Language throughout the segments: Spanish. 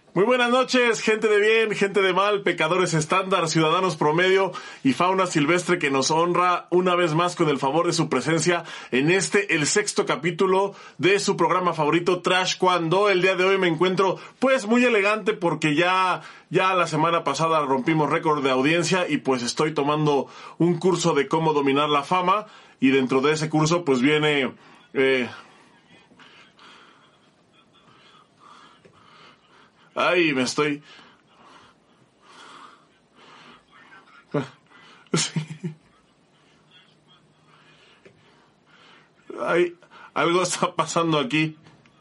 Muy buenas noches, gente de bien, gente de mal, pecadores estándar, ciudadanos promedio y fauna silvestre que nos honra una vez más con el favor de su presencia en el 6º capítulo de su programa favorito, Trash Cuando. El día de hoy me encuentro pues muy elegante porque ya la semana pasada rompimos récord de audiencia y pues estoy tomando un curso de cómo dominar la fama y dentro de ese curso pues viene... Ay, me estoy... Sí. Ay, algo está pasando aquí.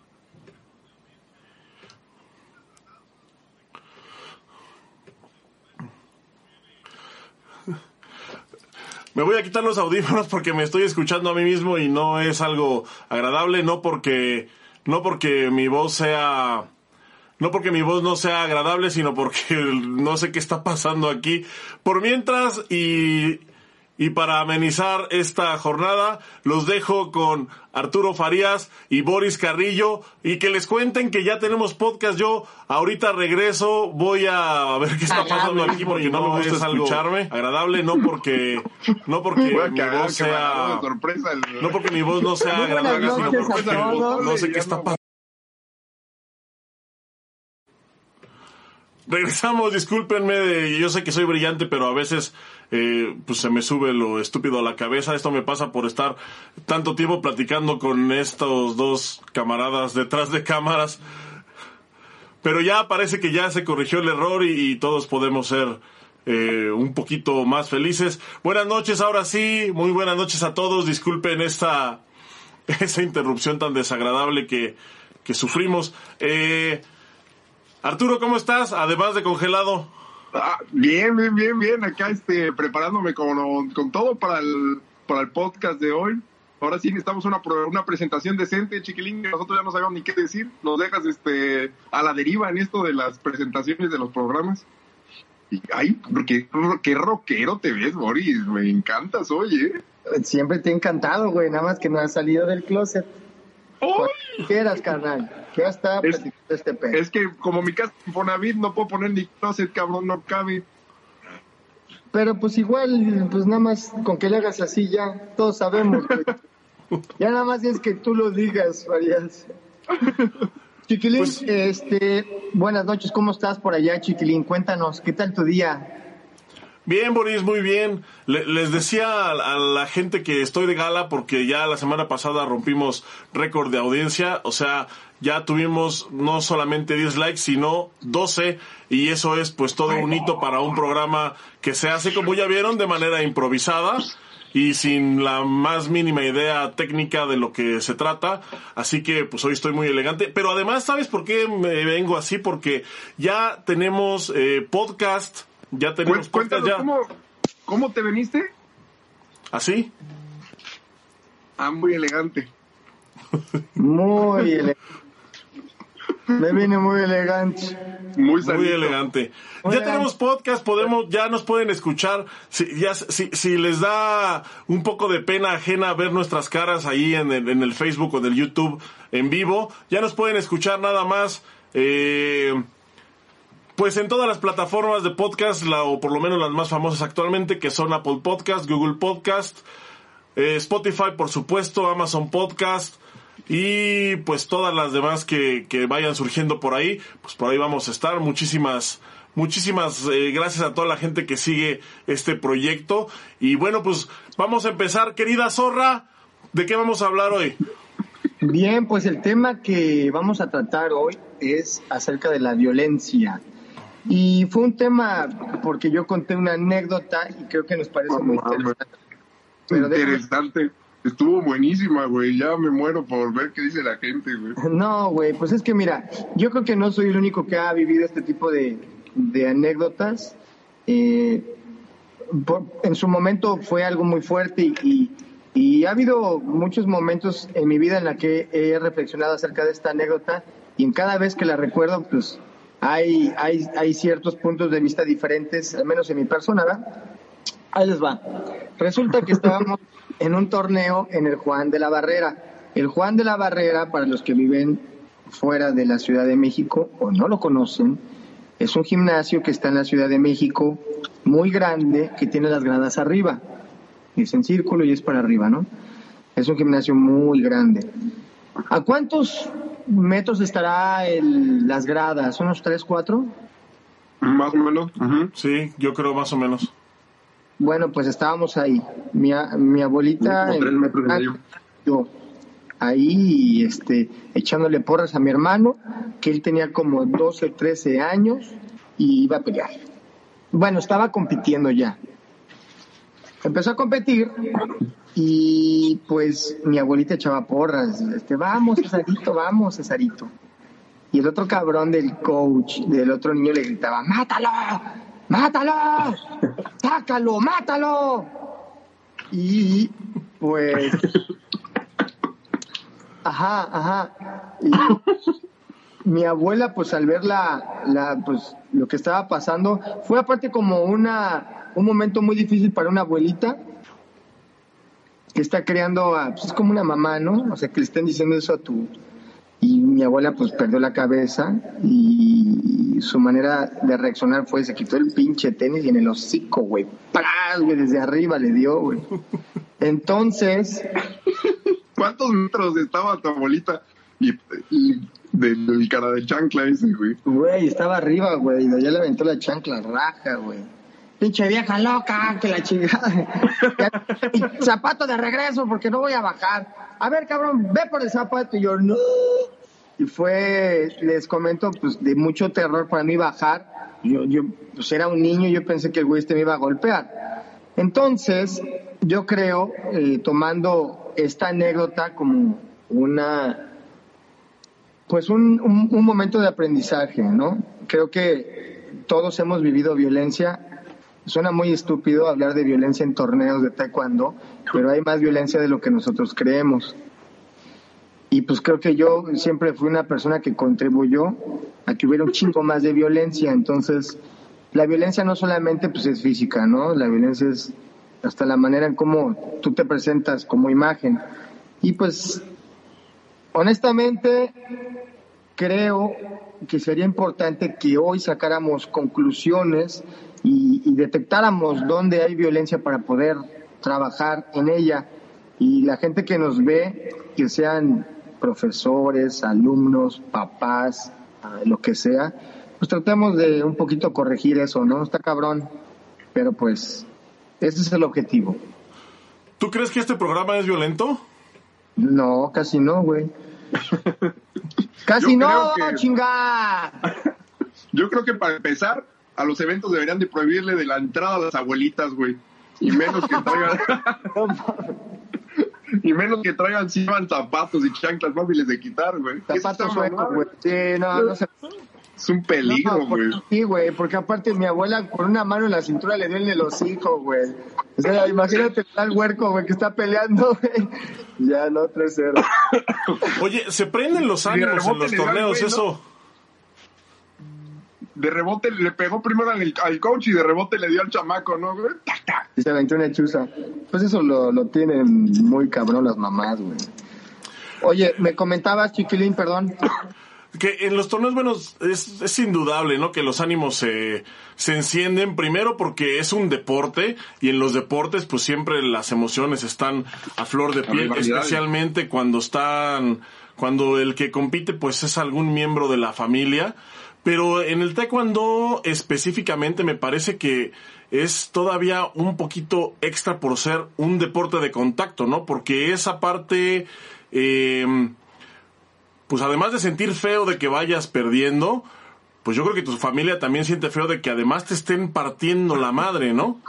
Me voy a quitar los audífonos porque me estoy escuchando a mí mismo y no es algo agradable, no porque mi voz sea... No porque mi voz no sea agradable, sino porque no sé qué está pasando aquí. Por mientras, y para amenizar esta jornada, los dejo con Arturo Farías y Boris Carrillo, y que les cuenten que ya tenemos podcast. Yo ahorita regreso, voy a ver qué está pasando aquí, porque no me gusta escucharme. Agradable, no porque mi voz sea... No porque mi voz no sea agradable, sino porque no sé qué está pasando. Regresamos, discúlpenme, yo sé que soy brillante, pero a veces pues se me sube lo estúpido a la cabeza. Esto me pasa por estar tanto tiempo platicando con estos dos camaradas detrás de cámaras. Pero ya parece que ya se corrigió el error y todos podemos ser un poquito más felices. Buenas noches, ahora sí, muy buenas noches a todos. Disculpen esa interrupción tan desagradable que sufrimos. Arturo, ¿cómo estás? Además de congelado. Bien. Acá preparándome con todo para el podcast de hoy. Ahora sí necesitamos una presentación decente, chiquilín. Nosotros ya no sabemos ni qué decir. Nos dejas a la deriva en esto de las presentaciones de los programas. Y ay, qué rockero te ves, Boris. Me encantas hoy, ¿eh? Siempre te he encantado, güey. Nada más que no has salido del closet. ¡Uy! ¿Qué quieras, carnal? ¿Qué está este pedo? Es que como mi casa en Infonavit no puedo poner ni closet, cabrón, no cabe. Pero pues igual, pues nada más con que le hagas así ya, todos sabemos, güey. Ya nada más es que tú lo digas, Farías. Chiquilín, pues, buenas noches, ¿cómo estás por allá, Chiquilín? Cuéntanos, ¿qué tal tu día? Bien, Boris, muy bien. Les decía a la gente que estoy de gala porque ya la semana pasada rompimos récord de audiencia. O sea, ya tuvimos no solamente 10 likes, sino 12. Y eso es pues todo un hito para un programa que se hace, como ya vieron, de manera improvisada y sin la más mínima idea técnica de lo que se trata. Así que pues hoy estoy muy elegante. Pero además, ¿sabes por qué me vengo así? Porque ya tenemos podcast. Ya tenemos podcast ya. ¿Cómo te veniste? ¿Así? Muy elegante. Muy elegante. Me viene muy elegante. Muy elegante. Ya tenemos podcast, ya nos pueden escuchar. Si les da un poco de pena ajena ver nuestras caras ahí en el Facebook o en el YouTube en vivo, ya nos pueden escuchar nada más. Pues en todas las plataformas de podcast, o por lo menos las más famosas actualmente, que son Apple Podcast, Google Podcast, Spotify, por supuesto, Amazon Podcast, y pues todas las demás que vayan surgiendo por ahí, pues por ahí vamos a estar. Muchísimas gracias a toda la gente que sigue este proyecto. Y bueno, pues vamos a empezar. Querida Zorra, ¿de qué vamos a hablar hoy? Bien, pues el tema que vamos a tratar hoy es acerca de la violencia. Y fue un tema porque yo conté una anécdota y creo que nos parece muy interesante. Interesante. Estuvo buenísima, güey. Ya me muero por ver qué dice la gente, güey. No, güey, pues es que mira, yo creo que no soy el único que ha vivido este tipo de anécdotas. En su momento fue algo muy fuerte y ha habido muchos momentos en mi vida en la que he reflexionado acerca de esta anécdota y en cada vez que la recuerdo, pues hay ciertos puntos de vista diferentes, al menos en mi persona, ¿verdad? Ahí les va. Resulta que estábamos en un torneo en el Juan de la Barrera. El Juan de la Barrera, para los que viven fuera de la Ciudad de México o no lo conocen, es un gimnasio que está en la Ciudad de México, muy grande, que tiene las gradas arriba. Es en círculo y es para arriba, ¿no? Es un gimnasio muy grande. ¿A cuántos metros estará las gradas? ¿Unos 3, 4? Más o menos. Uh-huh. Sí, yo creo más o menos. Bueno, pues estábamos ahí. Mi abuelita... 3 metros y medio. Yo, ahí echándole porras a mi hermano, que él tenía como 12, 13 años y iba a pelear. Bueno, estaba compitiendo ya. Empezó a competir y pues mi abuelita echaba porras. Vamos, Cesarito. Y el otro cabrón del coach, del otro niño le gritaba, ¡mátalo! ¡Sácalo, mátalo! Y pues... Ajá. Y mi abuela, pues al ver pues lo que estaba pasando, fue aparte como un momento muy difícil para una abuelita que está creando pues es como una mamá, ¿no? O sea, que le estén diciendo eso a tu... Y mi abuela pues perdió la cabeza y su manera de reaccionar fue, se quitó el pinche tenis y en el hocico, güey, ¡pras! Güey, desde arriba le dio, güey. Entonces... ¿Cuántos metros estaba tu abuelita y del cara de chancla ese, güey? Güey, estaba arriba, güey, ya le aventó la chancla raja, güey. Pinche vieja loca, que la chingada. Y zapato de regreso porque no voy a bajar. A ver, cabrón, ve por el zapato. Y yo, no. Y les comento, pues, de mucho terror para mí bajar. Yo pues era un niño y yo pensé que el güey me iba a golpear. Entonces, yo creo, tomando esta anécdota como pues un momento de aprendizaje, ¿no? Creo que todos hemos vivido violencia. Suena muy estúpido hablar de violencia en torneos de taekwondo, pero hay más violencia de lo que nosotros creemos. Y pues creo que yo siempre fui una persona que contribuyó a que hubiera un chingo más de violencia. Entonces, la violencia no solamente pues es física, ¿no? La violencia es hasta la manera en cómo tú te presentas como imagen. Y pues, honestamente, creo que sería importante que hoy sacáramos conclusiones y detectáramos dónde hay violencia para poder trabajar en ella. Y la gente que nos ve, que sean profesores, alumnos, papás, lo que sea, pues tratemos de un poquito corregir eso, ¿no? Está cabrón, pero pues ese es el objetivo. ¿Tú crees que este programa es violento? No, casi no, güey. Casi no, chinga. Yo creo que para empezar, a los eventos deberían de prohibirle de la entrada a las abuelitas, güey. Y menos que traigan... y menos que traigan, si llevan zapatos y chanclas fáciles de quitar, güey. Zapatos suecos, güey. Sí, no se... Es un peligro, güey. Sí, güey, porque aparte mi abuela con una mano en la cintura le dio en el hocico, güey. O sea, imagínate al huerco, güey, que está peleando, güey. Ya, no, 3-0. Oye, se prenden los ánimos en los torneos, eso. De rebote le pegó primero al coach y de rebote le dio al chamaco, ¿no, güey? Y se aventó una chuza. Pues eso lo tienen muy cabrón las mamás, güey. Oye, me comentabas, Chiquilín, perdón. Que en los torneos, bueno, es indudable, ¿no? Que los ánimos se encienden, primero porque es un deporte, y en los deportes pues siempre las emociones están a flor de piel, especialmente cuando el que compite pues es algún miembro de la familia. Pero en el taekwondo específicamente me parece que es todavía un poquito extra por ser un deporte de contacto, ¿no? Porque esa parte, pues además de sentir feo de que vayas perdiendo, pues yo creo que tu familia también siente feo de que además te estén partiendo la madre, ¿no?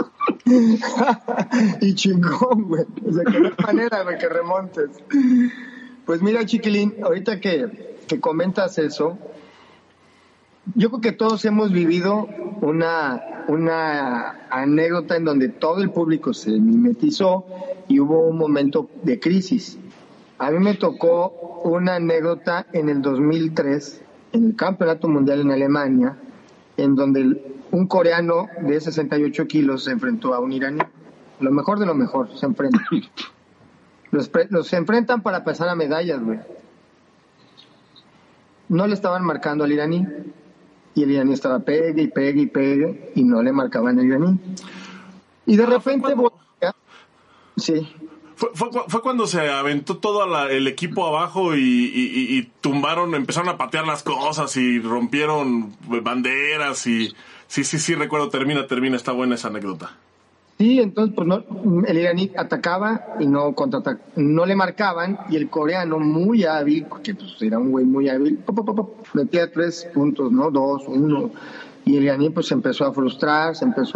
Y chingón, güey. O sea, que no hay manera de que remontes. Pues mira, Chiquilín, ahorita que comentas eso, yo creo que todos hemos vivido una anécdota en donde todo el público se mimetizó y hubo un momento de crisis. A mí me tocó una anécdota en el 2003, en el Campeonato Mundial en Alemania, en donde un coreano de 68 kilos se enfrentó a un iraní. Lo mejor de lo mejor, se enfrentan. Los enfrentan para pasar a medallas, güey. no le estaban marcando al iraní. Y el iraní estaba pegue y pegue y pegue y no le marcaban al iraní. Y de repente... Sí. Fue cuando se aventó todo el equipo abajo y tumbaron, empezaron a patear las cosas y rompieron banderas y... Sí, recuerdo, termina, está buena esa anécdota. Sí, entonces pues no, el iraní atacaba y no le marcaban, y el coreano muy hábil, porque pues era un güey muy hábil, metía 3 puntos, ¿no? 2, 1, y el iraní pues se empezó a frustrar,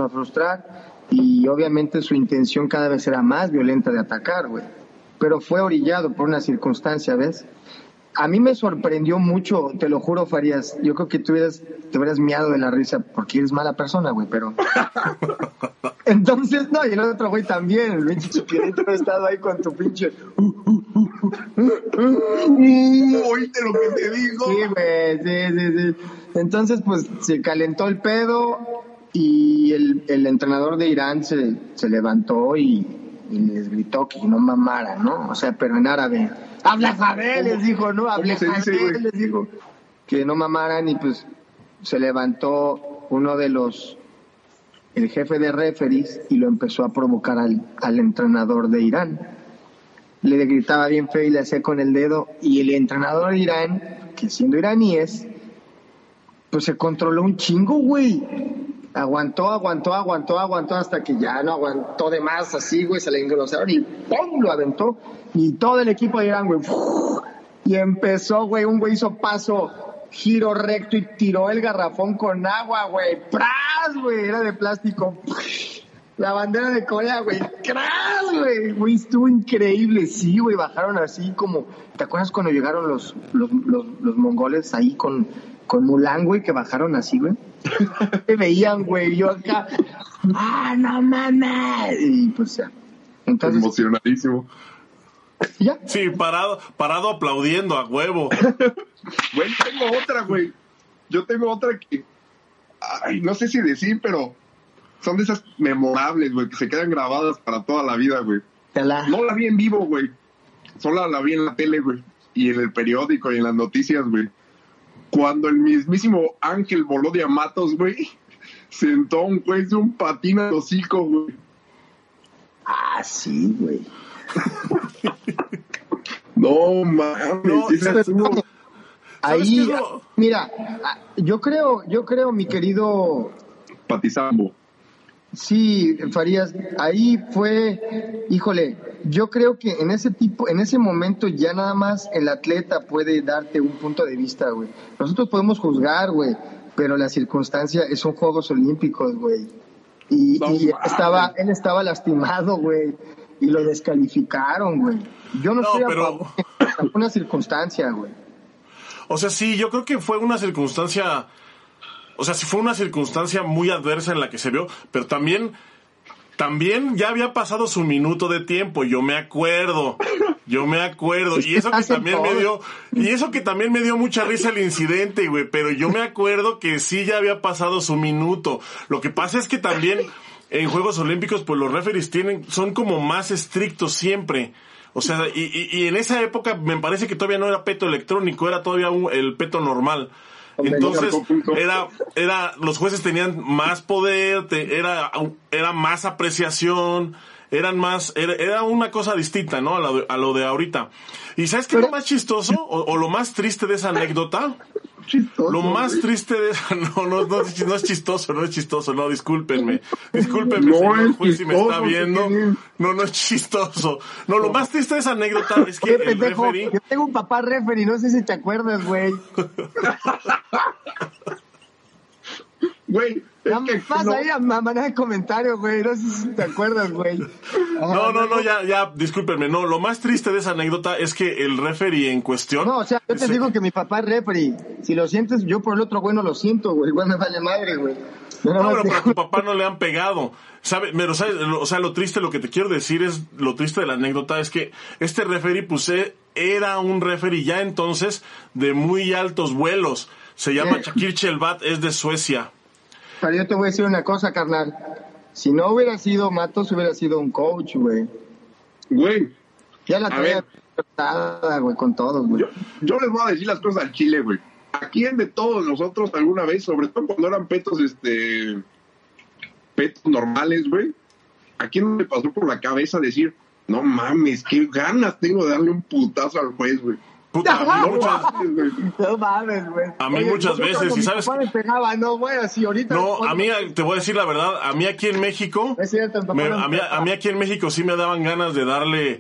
y obviamente su intención cada vez era más violenta de atacar, güey. Pero fue orillado por una circunstancia, ¿ves? A mí me sorprendió mucho, te lo juro, Farías. Yo creo que te hubieras miado de la risa porque eres mala persona, güey, pero... Entonces, no, y el otro güey también, el pinche Chupirito ha estado ahí con tu pinche... ¿Oíste lo que te digo? Sí, güey, sí. Entonces, pues, se calentó el pedo y el entrenador de Irán se levantó y les gritó que no mamara, ¿no? O sea, pero en árabe. ¡Habla Jabé! Les dijo, ¿no? ¡Habla Jabé! Les dijo que no mamaran, y pues se levantó uno de el jefe de referees, y lo empezó a provocar al entrenador de Irán. Le gritaba bien feo y le hacía con el dedo, y el entrenador de Irán, que siendo iraníes, pues se controló un chingo, güey. Aguantó hasta que ya no aguantó de más, así, güey, se le engrosaron y ¡pum! Lo aventó. Y todo el equipo de Irán, güey, y empezó, güey, un güey hizo paso, giro recto y tiró el garrafón con agua, güey, ¡pras, güey! Era de plástico. La bandera de Corea, güey, ¡cras, güey! Estuvo increíble, sí, güey, bajaron así como, ¿te acuerdas cuando llegaron los mongoles ahí con Mulan, güey, que bajaron así, güey? Me veían, güey, yo acá, no mames, y pues ya. Entonces, emocionadísimo. ¿Ya? Sí, parado aplaudiendo a huevo. Güey, tengo otra, güey. Yo tengo otra que, no sé si decir, pero son de esas memorables, güey, que se quedan grabadas para toda la vida, güey. No la vi en vivo, güey. Solo la vi en la tele, güey. Y en el periódico y en las noticias, güey. Cuando el mismísimo Ángel Volodya Matos, güey, sentó un juez de un patín al hocico, güey. Sí, güey. No, mames. No, ahí, mira, yo creo, mi querido... Patizambo. Sí, Farías, ahí fue, híjole, yo creo que en ese momento ya nada más el atleta puede darte un punto de vista, güey. Nosotros podemos juzgar, güey, pero la circunstancia son Juegos Olímpicos, güey. Y él estaba lastimado, güey, y lo descalificaron, güey. Yo no estoy a favor de una circunstancia, güey. O sea, sí, yo creo que fue una circunstancia... O sea, sí fue una circunstancia muy adversa en la que se vio, pero también ya había pasado su minuto de tiempo, yo me acuerdo, y eso que también me dio mucha risa el incidente, güey, pero yo me acuerdo que sí ya había pasado su minuto. Lo que pasa es que también en Juegos Olímpicos, pues los referees son como más estrictos siempre. O sea, y en esa época me parece que todavía no era peto electrónico, era todavía el peto normal. Entonces los jueces tenían más poder, era más apreciación, era una cosa distinta, ¿no? A lo de ahorita. ¿Y sabes qué es lo más chistoso o lo más triste de esa anécdota? Chistoso, lo más triste de esa, no es chistoso, no, discúlpenme, señor juez, si me está viendo, no es chistoso. No, lo más triste de esa anécdota es que el referee... Yo tengo un papá referee, no sé si te acuerdas, güey. Güey, me pasa ahí a manera de comentario, güey, no sé si te acuerdas, güey. No, ya, discúlpenme, no, lo más triste de esa anécdota es que el referee en cuestión... No, o sea, yo te digo que mi papá es referee, si lo sientes, yo por el otro güey no lo siento, güey, igual me vale madre, güey. No, pero a tu papá no le han pegado, ¿sabes? Pero, ¿sabes? O sea, lo triste, lo que te quiero decir es, lo triste de la anécdota es que este referee, pues, era un referee ya entonces de muy altos vuelos, se llama Shakir Chelbat, es de Suecia. Pero yo te voy a decir una cosa, carnal. Si no hubiera sido Matos, hubiera sido un coach, güey. Güey. Ya la traía tratada, güey, con todos, güey. Yo les voy a decir las cosas al chile, güey. ¿A quién de todos nosotros alguna vez, sobre todo cuando eran petos, petos normales, güey, a quién no le pasó por la cabeza decir, no mames, qué ganas tengo de darle un putazo al juez, güey? Puta, a mí No mames, güey. A mí muchas veces, y sabes. Me pegaba, no, güey, así ahorita. No, a mí, te voy a decir la verdad, a mí aquí en México, Es cierto, a mí aquí en México sí me daban ganas de darle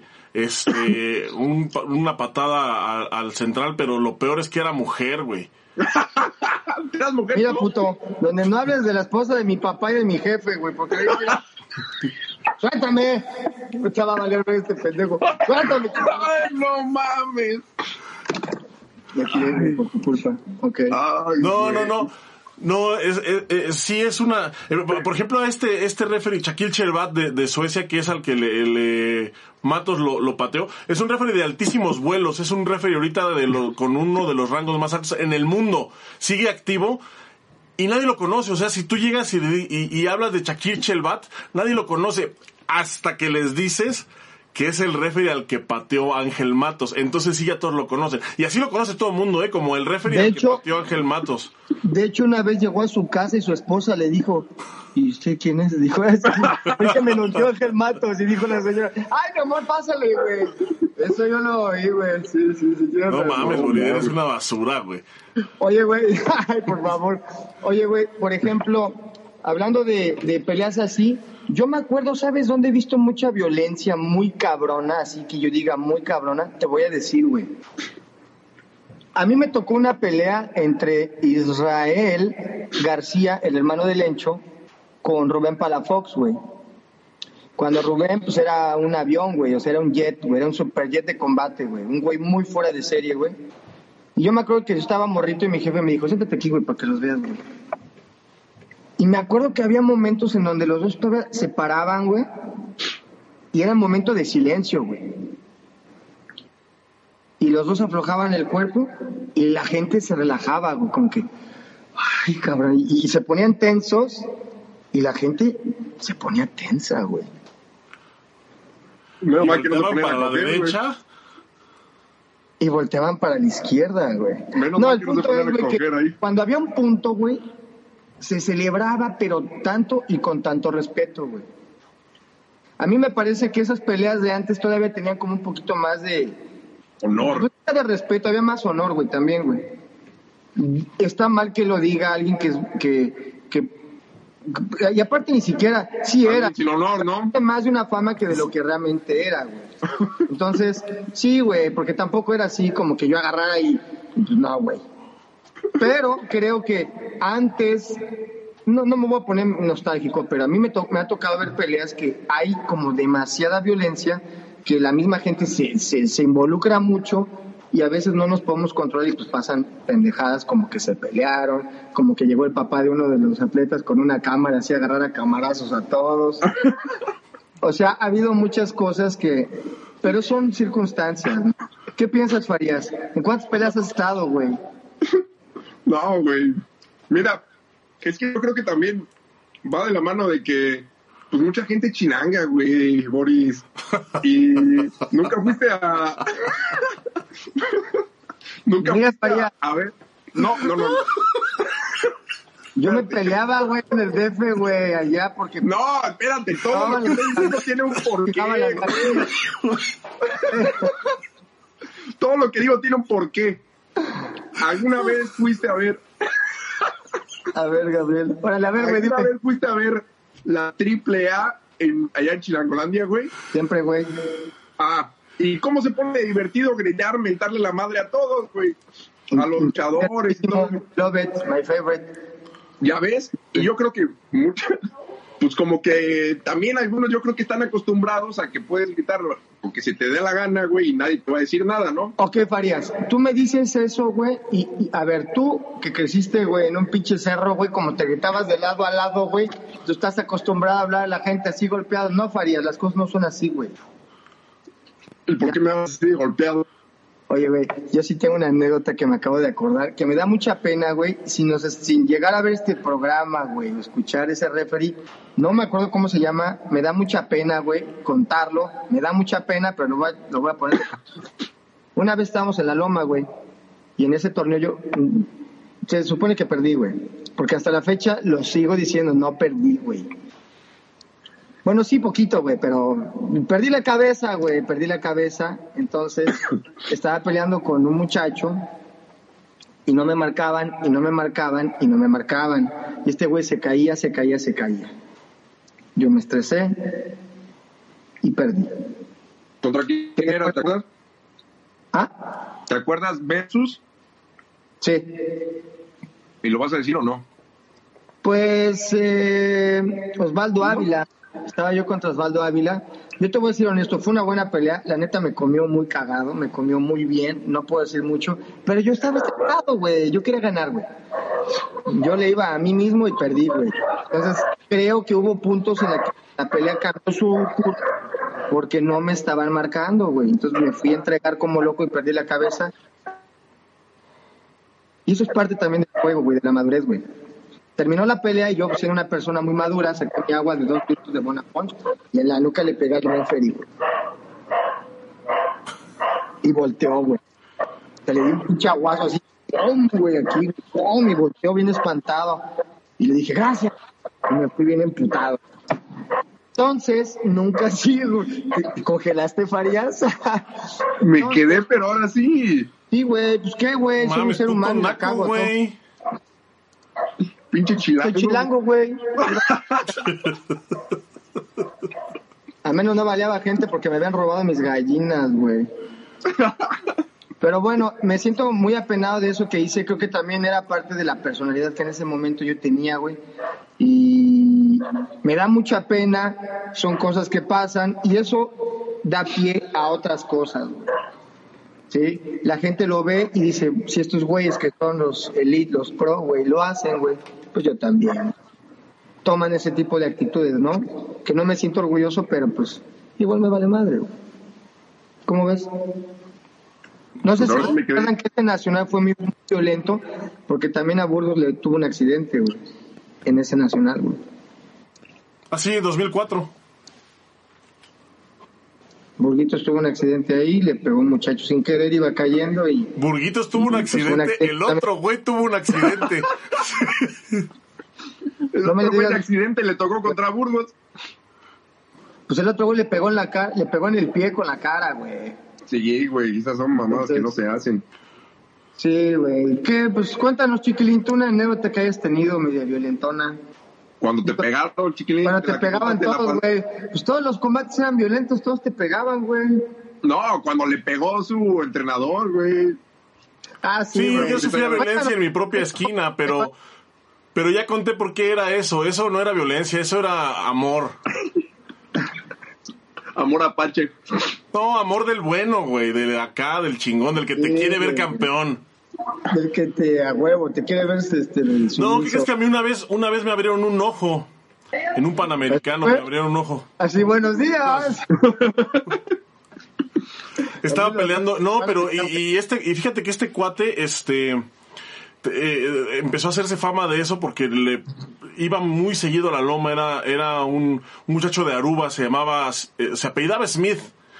una patada al central, pero lo peor es que era mujer, güey. ¿Eras mujer? Mira, ¿no? puto, donde no hables de la esposa de mi papá y de mi jefe, güey, porque ahí suéltame. Echaba a valer este pendejo. Suéltame. Ay, no mames. Me tiré por tu culpa. Ok. Ay, No, güey. no, sí es una... por ejemplo, este referee, Shaquille Sherbat de Suecia, que es al que le Matos lo pateó, es un referee de altísimos vuelos, es un referee ahorita con uno de los rangos más altos en el mundo, sigue activo y nadie lo conoce. O sea, si tú llegas y hablas de Shaquille Sherbat, nadie lo conoce hasta que les dices que es el referee al que pateó Ángel Matos. Entonces sí, ya todos lo conocen. Y así lo conoce todo el mundo, como el referee al que pateó Ángel Matos. De hecho, una vez llegó a su casa y su esposa le dijo, ¿y usted quién es? Dijo, es que me anunció Ángel Matos. Y dijo la señora, ay, mi amor, pásale, güey. Eso yo lo oí, güey. Sí. No mames, güey, eres una basura, güey. Oye, güey, ay, por favor. Oye, güey, por ejemplo, hablando de peleas así, yo me acuerdo, ¿sabes dónde he visto mucha violencia muy cabrona? Así que yo diga muy cabrona, te voy a decir, güey. A mí me tocó una pelea entre Israel García, el hermano de Lencho, con Rubén Palafox, güey. Cuando Rubén, pues era un avión, güey, o sea, era un jet, güey, era un superjet de combate, güey. Un güey muy fuera de serie, güey. Y yo me acuerdo que yo estaba morrito y mi jefe me dijo, siéntate aquí, güey, para que los veas, güey. Y me acuerdo que había momentos en donde los dos todavía se paraban, güey, y era un momento de silencio, güey. Y los dos aflojaban el cuerpo y la gente se relajaba, güey, como que, ay, cabrón, y se ponían tensos y la gente se ponía tensa, güey. Menos mal que no se ¿Volteaban ponían para a la coger, güey. derecha? Y volteaban para la izquierda, güey. Menos No, mal el que no se punto ponían es, a güey, que coger ahí. cuando había un punto, güey, se celebraba, pero tanto y con tanto respeto, güey. A mí me parece que esas peleas de antes todavía tenían como un poquito más de... Honor. de respeto, había más honor, güey, también, güey. Está mal que lo diga alguien que y aparte ni siquiera, sí era. Sin honor, ¿no? Más de una fama que de lo que realmente era, güey. Entonces, sí, güey, porque tampoco era así como que yo agarrara y pues, no, güey. Pero creo que antes, no me voy a poner nostálgico, pero a mí me ha tocado ver peleas que hay como demasiada violencia, que la misma gente se involucra mucho y a veces no nos podemos controlar y pues pasan pendejadas como que se pelearon, como que llegó el papá de uno de los atletas con una cámara así a agarrar a camarazos a todos. O sea, ha habido muchas cosas pero son circunstancias, ¿no? ¿Qué piensas, Farías? ¿En cuántas peleas has estado, güey? No, güey. Mira, es que yo creo que también va de la mano de que pues mucha gente chinanga, güey, Boris. Y nunca fuiste a... nunca Mira, fuiste Farías. a ver. No. Yo me peleaba, güey, en el DF, güey, allá, porque... No, espérate, todo lo que estoy diciendo tiene un porqué. Fijaba las gallinas. Todo lo que digo tiene un porqué. ¿Alguna vez fuiste a ver? A ver, Gabriel. Órale, a ver, güey, ¿Alguna dime. vez fuiste a ver la AAA allá en Chilangolandia, güey? Siempre, güey. Ah, ¿y cómo se pone de divertido gritar, mentarle la madre a todos, güey? A los luchadores y todo. Love it, my favorite. ¿Ya ves? Y yo creo que muchas, pues como que también algunos yo creo que están acostumbrados a que puedes gritarlo porque se te dé la gana, güey, y nadie te va a decir nada, ¿no? Ok, Farías, tú me dices eso, güey, y a ver, tú que creciste, güey, en un pinche cerro, güey, como te gritabas de lado a lado, güey, tú estás acostumbrado a hablar a la gente así golpeado. No, Farías, las cosas no son así, güey. ¿Y por qué me vas así golpeado? Oye, güey, yo sí tengo una anécdota que me acabo de acordar, que me da mucha pena, güey, sin llegar a ver este programa, güey, o escuchar ese referee, no me acuerdo cómo se llama, me da mucha pena, güey, contarlo, me da mucha pena, pero lo voy a poner. Una vez estábamos en la loma, güey, y en ese torneo Se supone que perdí, güey. Porque hasta la fecha lo sigo diciendo, no perdí, güey. Bueno, sí, poquito, güey, pero perdí la cabeza, güey, perdí la cabeza. Entonces, estaba peleando con un muchacho y no me marcaban, y no me marcaban, y no me marcaban. Y este güey se caía. Yo me estresé y perdí. ¿Contra quién era? ¿Te acuerdas? ¿Ah? ¿Te acuerdas versus? Sí. ¿Y lo vas a decir o no? Pues Osvaldo Ávila. Estaba yo contra Osvaldo Ávila. Yo te voy a decir honesto, fue una buena pelea. La neta me comió muy cagado, me comió muy bien. No puedo decir mucho, pero yo estaba estresado, güey. Yo quería ganar, güey. Yo le iba a mí mismo y perdí, güey. Entonces creo que hubo puntos en la que la pelea cambió su curso porque no me estaban marcando, güey. Entonces me fui a entregar como loco y perdí la cabeza. Y eso es parte también del juego, güey, de la madurez, güey. Terminó la pelea y yo, siendo una persona muy madura, saqué mi agua de 2 litros de Bonafont y en la nuca le pegué al referee, güey. Y volteó, güey. Se le dio un pinche aguazo así, ¡pum!, güey, aquí, ¡pum!, y volteó bien espantado. Y le dije, gracias. Y me fui bien emputado. Entonces, nunca sí, güey. ¿Te congelaste, Farías? Me quedé, pero ahora sí. Sí, güey, pues qué, güey, soy un ser humano, la naco, cago, güey. Pinche chilango. Soy chilango, güey. A menos no baleaba gente porque me habían robado mis gallinas, güey. Pero bueno, me siento muy apenado de eso que hice. Creo que también era parte de la personalidad que en ese momento yo tenía, güey. Y me da mucha pena. Son cosas que pasan y eso da pie a otras cosas, güey. ¿Sí? La gente lo ve y dice, si estos güeyes que son los elite, los pro, güey, lo hacen, güey, pues yo también. Toman ese tipo de actitudes, ¿no? Que no me siento orgulloso, pero pues igual me vale madre, güey. ¿Cómo ves? No sé si recuerdan que este nacional fue muy violento, porque también a Burgos le tuvo un accidente, güey, en ese nacional, güey. Ah, sí, 2004. Burguitos tuvo un accidente ahí, le pegó un muchacho sin querer, iba cayendo y... Burguitos tuvo un accidente, el otro güey tuvo un accidente. El otro güey de accidente le tocó contra Burgos. Pues el otro güey le pegó en la cara, le pegó en el pie con la cara, güey. Sí, güey, esas son mamadas que no se hacen. Sí, güey. ¿Qué? Pues cuéntanos, Chiquilín, tú una anécdota que hayas tenido media violentona. Cuando te pegaron, Chiquilín. Cuando te pegaban todos, güey. Pues todos los combates eran violentos, todos te pegaban, güey. No, cuando le pegó su entrenador, güey. Ah, sí, Sí, güey. yo sufría violencia en mi propia esquina, pero ya conté por qué era eso. Eso no era violencia, eso era amor. Amor apache. No, amor del bueno, güey, de acá, del chingón, del que te quiere ver campeón. Del que te, a huevo, te quiere ver No, ¿qué crees que a mí una vez me abrieron un ojo? En un Panamericano me abrieron un ojo. Así, buenos días. Estaba peleando, no, pero y fíjate que este cuate, empezó a hacerse fama de eso porque le iba muy seguido a la loma. Era un muchacho de Aruba, se apellidaba Smith,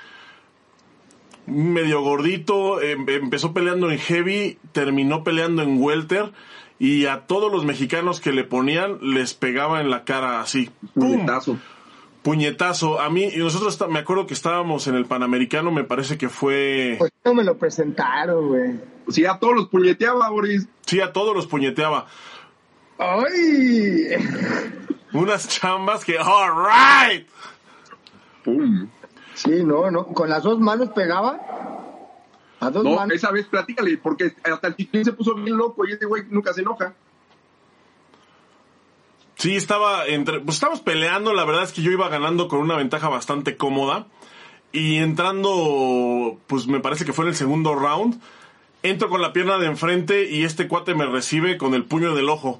medio gordito, empezó peleando en heavy, terminó peleando en welter y a todos los mexicanos que le ponían les pegaba en la cara así, ¡pum! Puñetazo. A mí, y nosotros me acuerdo que estábamos en el Panamericano, me parece que fue... Pues no me lo presentaron, güey. Sí, a todos los puñeteaba, Boris. Sí, a todos los puñeteaba. ¡Ay! Unas chambas que... ¡All right! ¡Pum! Sí, no. ¿Con las dos manos pegaba? ¿A dos manos? No, esa vez platícale, porque hasta el Chiquilín se puso bien loco y este güey nunca se enoja. Sí, pues estábamos peleando, la verdad es que yo iba ganando con una ventaja bastante cómoda. Y entrando, pues me parece que fue en el segundo round, entro con la pierna de enfrente y este cuate me recibe con el puño del ojo.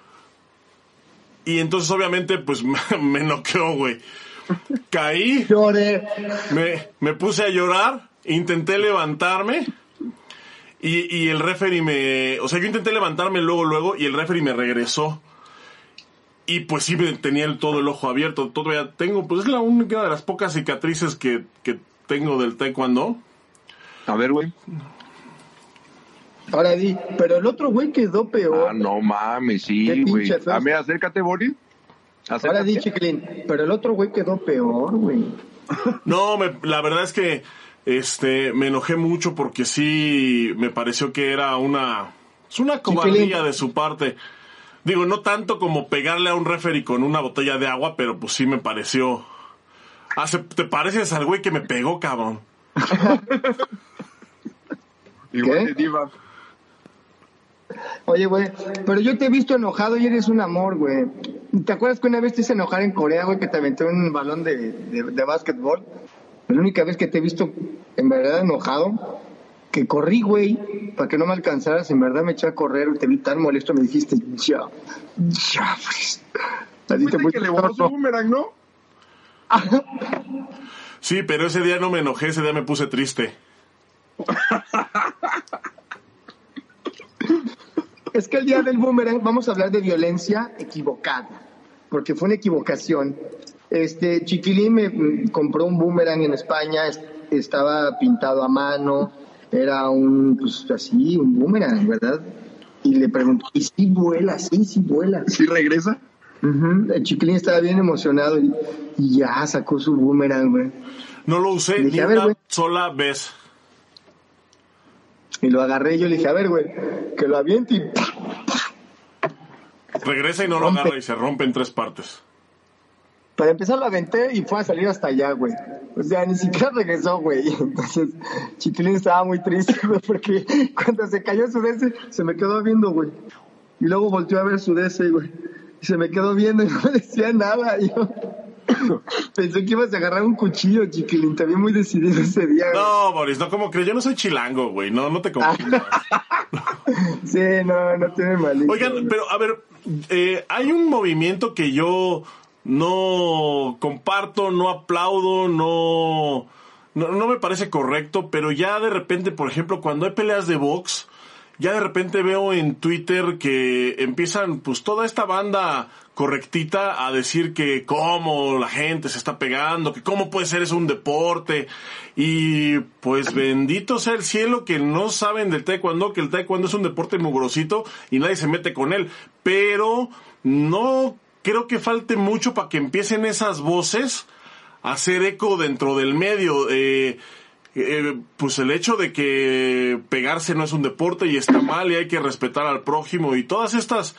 Y entonces obviamente pues me noqueó, güey. Caí. Lloré. Me puse a llorar, intenté levantarme y el referee yo intenté levantarme luego y el referee me regresó. Y pues sí tenía todo el ojo abierto. Todavía tengo, pues es la única de las pocas cicatrices que tengo del taekwondo. A ver, güey. Ahora di, pero el otro güey quedó peor. Ah, no mames, sí, güey. A ver, acércate, Boris. Ahora di, Chiquilín, pero el otro güey quedó peor, güey. No, la verdad es que me enojé mucho porque sí me pareció que era una cobardía de su parte. Digo, no tanto como pegarle a un referee con una botella de agua, pero pues sí me pareció. ¿Te pareces al güey que me pegó, cabrón? Igual de diva. Oye, güey, pero yo te he visto enojado y eres un amor, güey. ¿Te acuerdas que una vez te hice enojar en Corea, güey, que te aventé un balón de básquetbol? La única vez que te he visto en verdad enojado, que corrí, güey, para que no me alcanzaras, en verdad me eché a correr, te vi tan molesto, me dijiste, ya, pues. Así te que le voló su boomerang, ¿no? Sí, pero ese día no me enojé, ese día me puse triste. Es que el día del boomerang vamos a hablar de violencia equivocada, porque fue una equivocación. Chiquilín me compró un boomerang en España, estaba pintado a mano, era un boomerang, ¿verdad? Y le pregunté, ¿y si vuela? Sí vuela. ¿Sí regresa? El Chiquilín estaba bien emocionado y ya sacó su boomerang, güey. No lo usé ni una sola vez. Y lo agarré y yo le dije, a ver, güey, que lo aviente y... Regresa y no lo agarra y se rompe en 3 partes. Para empezar lo aventé y fue a salir hasta allá, güey. O sea, ni siquiera regresó, güey. Entonces, Chiquilín estaba muy triste, güey, porque cuando se cayó su DC, se me quedó viendo, güey. Y luego volteó a ver su DC, güey. Y se me quedó viendo y no me decía nada. Y yo pensé que ibas a agarrar un cuchillo, Chiquilín. Te vi muy decidido ese día, güey. No, Boris, no, ¿cómo crees? Yo no soy chilango, güey. No te confundas. Sí, no tiene malicia. Oigan, pero a ver, hay un movimiento que yo no comparto, no aplaudo, no me parece correcto, pero ya de repente, por ejemplo, cuando hay peleas de box, ya de repente veo en Twitter que empiezan pues toda esta banda correctita a decir que cómo la gente se está pegando, que cómo puede ser eso un deporte, y pues bendito sea el cielo que no saben del taekwondo, que el taekwondo es un deporte mugrosito y nadie se mete con él, pero no creo que falte mucho para que empiecen esas voces a hacer eco dentro del medio. Pues el hecho de que pegarse no es un deporte y está mal y hay que respetar al prójimo y todas estas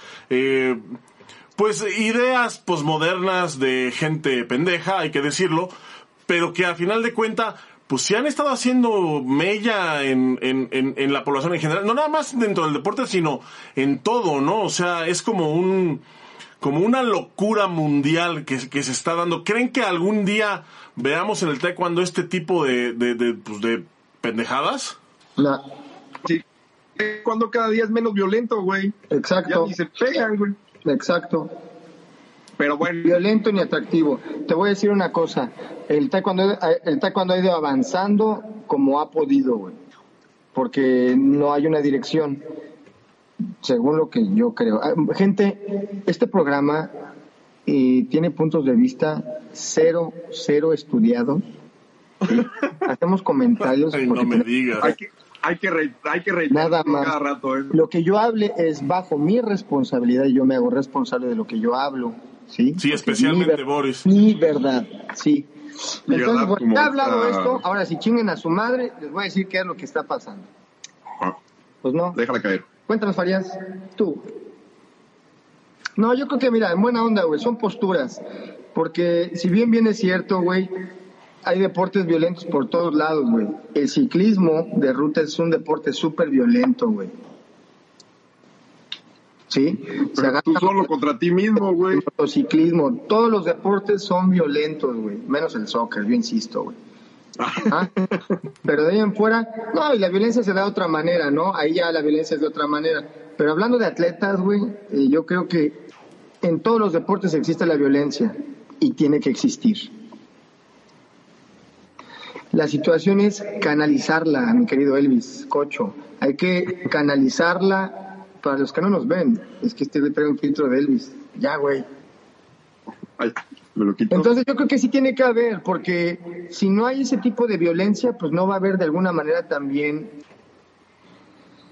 pues ideas posmodernas de gente pendeja, hay que decirlo, pero que al final de cuentas pues sí han estado haciendo mella en la población en general, no nada más dentro del deporte sino en todo, ¿no? O sea, es como una locura mundial que se está dando. ¿Creen que algún día veamos en el taekwondo este tipo de pendejadas? No. Sí. Cuando cada día es menos violento, güey. Exacto. Ya ni se pegan, güey. Exacto. Pero bueno. Violento ni atractivo. Te voy a decir una cosa. El taekwondo ha ido avanzando como ha podido, güey. Porque no hay una dirección. Según lo que yo creo. Gente, este programa tiene puntos de vista cero estudiados. ¿Sí? Hacemos comentarios. Ay, no me digas. Hay que reír nada más. Cada rato, ¿eh? Lo que yo hable es bajo mi responsabilidad y yo me hago responsable de lo que yo hablo. Sí, sí, especialmente Boris. Mi verdad, sí. Entonces, bueno, ya he hablado esto, ahora si chinguen a su madre, les voy a decir qué es lo que está pasando. Ajá. Pues no. Déjala caer. Cuéntanos, Farías, tú. No, yo creo que, mira, en buena onda, güey, son posturas. Porque si bien es cierto, güey, hay deportes violentos por todos lados, güey. El ciclismo de ruta es un deporte súper violento, güey. ¿Sí? Pero tú solo contra ti mismo, güey. El motociclismo, todos los deportes son violentos, güey. Menos el soccer, yo insisto, güey. ¿Ah? Pero de ahí en fuera, no, y la violencia se da de otra manera, ¿no? Ahí ya la violencia es de otra manera. Pero hablando de atletas, güey, yo creo que en todos los deportes existe la violencia y tiene que existir. La situación es canalizarla, mi querido Elvis Cocho. Hay que canalizarla. Para los que no nos ven, es que este güey trae un filtro de Elvis. Ya, güey. Ay, me lo quito. Entonces yo creo que sí tiene que haber, porque si no hay ese tipo de violencia, pues no va a haber de alguna manera también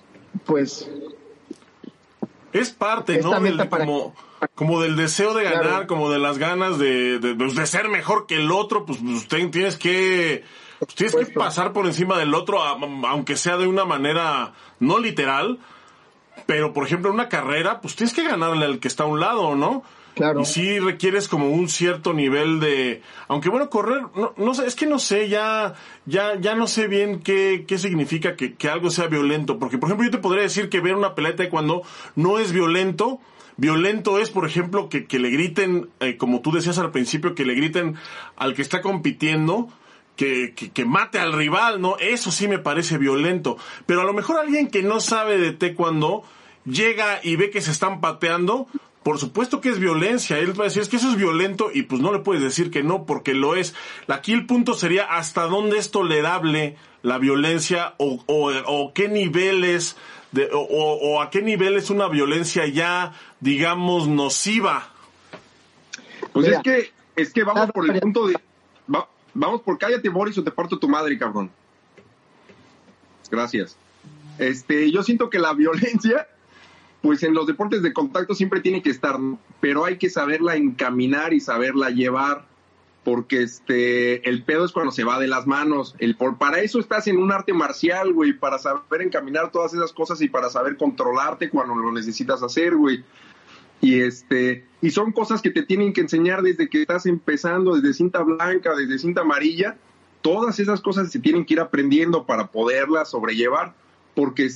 pues... Es parte, ¿no? Como del deseo de ganar, claro, como de las ganas de ser mejor que el otro, pues tienes que pasar por encima del otro, aunque sea de una manera no literal, pero por ejemplo en una carrera, pues tienes que ganarle al que está a un lado, ¿no? Claro. Y sí requieres como un cierto nivel de... Aunque bueno, correr, no sé, es que no sé, ya no sé bien qué significa que algo sea violento. Porque, por ejemplo, yo te podría decir que ver una pelea de taekwondo no es violento. Violento es, por ejemplo, que le griten, como tú decías al principio, que le griten al que está compitiendo, que mate al rival, ¿no? Eso sí me parece violento. Pero a lo mejor alguien que no sabe de taekwondo llega y ve que se están pateando... Por supuesto que es violencia. Él va a decir, es que eso es violento, y pues no le puedes decir que no, porque lo es. Aquí el punto sería hasta dónde es tolerable la violencia o qué niveles o a qué nivel es una violencia ya, digamos, nociva. Pues mira, es que vamos por el punto de... vamos por cállate, Boris, o te parto tu madre, cabrón. Gracias. Yo siento que la violencia... pues en los deportes de contacto siempre tiene que estar, pero hay que saberla encaminar y saberla llevar, porque el pedo es cuando se va de las manos. Para eso estás en un arte marcial, güey, para saber encaminar todas esas cosas y para saber controlarte cuando lo necesitas hacer, güey. Y son cosas que te tienen que enseñar desde que estás empezando, desde cinta blanca, desde cinta amarilla. Todas esas cosas se tienen que ir aprendiendo para poderlas sobrellevar, porque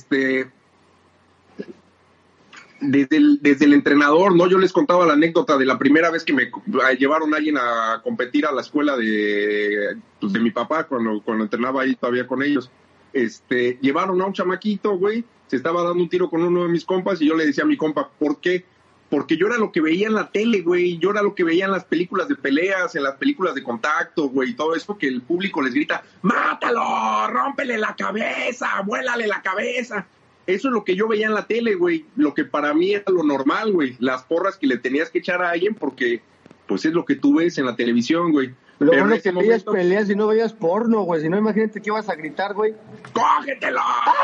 desde el entrenador, ¿no? Yo les contaba la anécdota de la primera vez que me llevaron a alguien a competir a la escuela de mi papá, cuando entrenaba ahí todavía con ellos. Llevaron a un chamaquito, güey, se estaba dando un tiro con uno de mis compas y yo le decía a mi compa, ¿por qué? Porque yo era lo que veía en la tele, güey, yo era lo que veía en las películas de peleas, en las películas de contacto, güey, todo eso que el público les grita, ¡mátalo! ¡Rómpele la cabeza! ¡Vuélale la cabeza! Eso es lo que yo veía en la tele, güey, lo que para mí era lo normal, güey, las porras que le tenías que echar a alguien porque, pues, es lo que tú ves en la televisión, güey. Lo bueno es que veías peleas y no veías porno, güey, si no, imagínate que ibas a gritar, güey. ¡Cógetelo!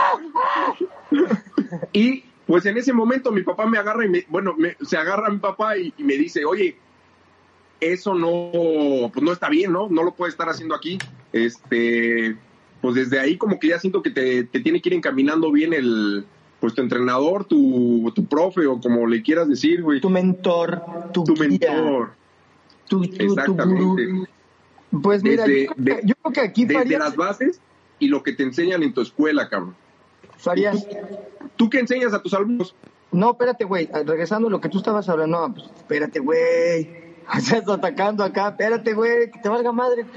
Y, pues, en ese momento mi papá me agarra se agarra a mi papá y me dice, oye, eso pues no está bien, ¿no? No lo puedes estar haciendo aquí, pues desde ahí como que ya siento que te tiene que ir encaminando bien tu entrenador, tu profe, o como le quieras decir, güey. Tu mentor, tu mentor. Exactamente. Tu pues mira, yo creo que aquí desde Farías, las bases y lo que te enseñan en tu escuela, cabrón. Farías. ¿Tú qué enseñas a tus alumnos? No, espérate, güey, regresando a lo que tú estabas hablando, no, pues espérate, güey. Estás atacando acá, espérate, güey, que te valga madre.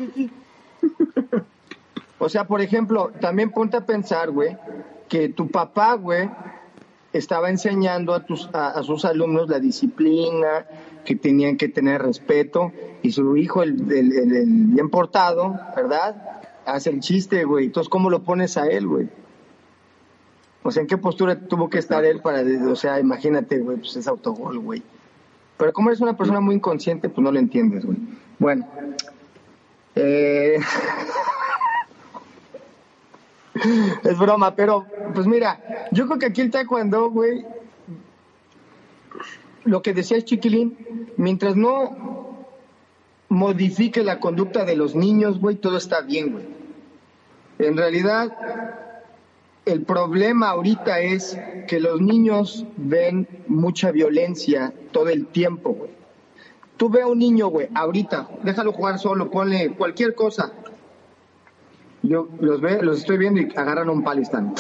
O sea, por ejemplo, también ponte a pensar, güey, que tu papá, güey, estaba enseñando a sus alumnos la disciplina, que tenían que tener respeto, y su hijo, el bien portado, ¿verdad?, hace el chiste, güey. Entonces, ¿cómo lo pones a él, güey? O sea, ¿en qué postura tuvo que estar él para, o sea, imagínate, güey, pues es autogol, güey. Pero como eres una persona muy inconsciente, pues no lo entiendes, güey. Bueno, es broma, pero pues mira, yo creo que aquí el taekwondo, güey, lo que decías, Chiquilín, mientras no modifique la conducta de los niños, güey, todo está bien, güey. En realidad, el problema ahorita es que los niños ven mucha violencia todo el tiempo, güey. Tú ve a un niño, güey, ahorita, déjalo jugar solo, ponle cualquier cosa. Yo los estoy viendo y agarran un palo y están.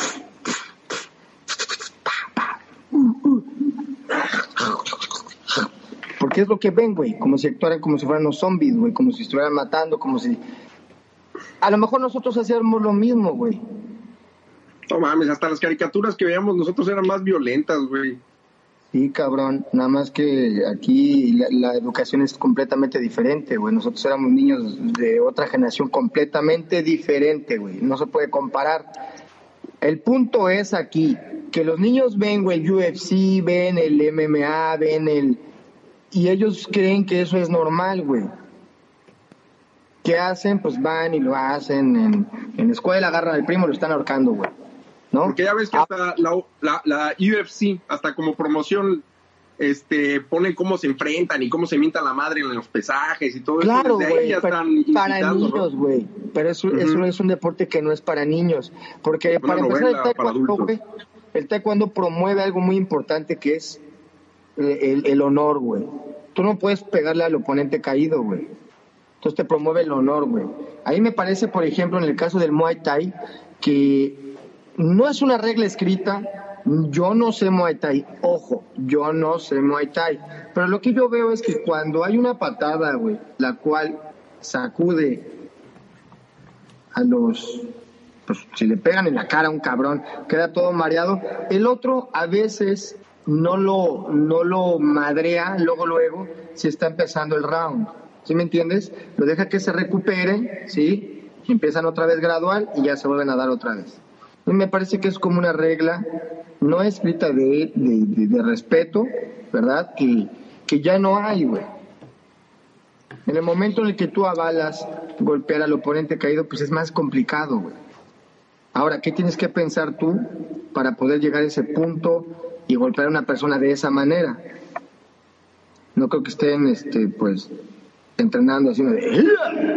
Porque es lo que ven, güey, como si actuaran como si fueran los zombies, güey, como si estuvieran matando, como si... A lo mejor nosotros hacíamos lo mismo, güey. No mames, hasta las caricaturas que veíamos nosotros eran más violentas, güey. Sí, cabrón, nada más que aquí la educación es completamente diferente, güey. Nosotros éramos niños de otra generación completamente diferente, güey. No se puede comparar. El punto es aquí, que los niños ven, güey, el UFC, ven el MMA, y ellos creen que eso es normal, güey. ¿Qué hacen? Pues van y lo hacen en la escuela, agarran al primo y lo están ahorcando, güey. ¿no? Porque ya ves que hasta la UFC, hasta como promoción, ponen cómo se enfrentan y cómo se mientan la madre en los pesajes y todo claro, eso. güey, para niños, güey. ¿No? Pero eso es un deporte que no es para niños. Porque para empezar, el taekwondo promueve algo muy importante que es el honor, güey. Tú no puedes pegarle al oponente caído, güey. Entonces te promueve el honor, güey. Ahí me parece, por ejemplo, en el caso del Muay Thai, que no es una regla escrita. Yo no sé Muay Thai, ojo, yo no sé Muay Thai, pero lo que yo veo es que cuando hay una patada, güey, la cual sacude a los, pues si le pegan en la cara a un cabrón, queda todo mareado, el otro a veces no lo madrea luego, si está empezando el round, ¿sí me entiendes? Lo deja que se recupere, ¿sí? Y empiezan otra vez gradual y ya se vuelven a dar otra vez. Y me parece que es como una regla no escrita de respeto, ¿verdad? Que ya no hay, güey. En el momento en el que tú avalas golpear al oponente caído, pues es más complicado, güey. Ahora, ¿qué tienes que pensar tú para poder llegar a ese punto y golpear a una persona de esa manera? No creo que estén, pues, entrenando haciendo de...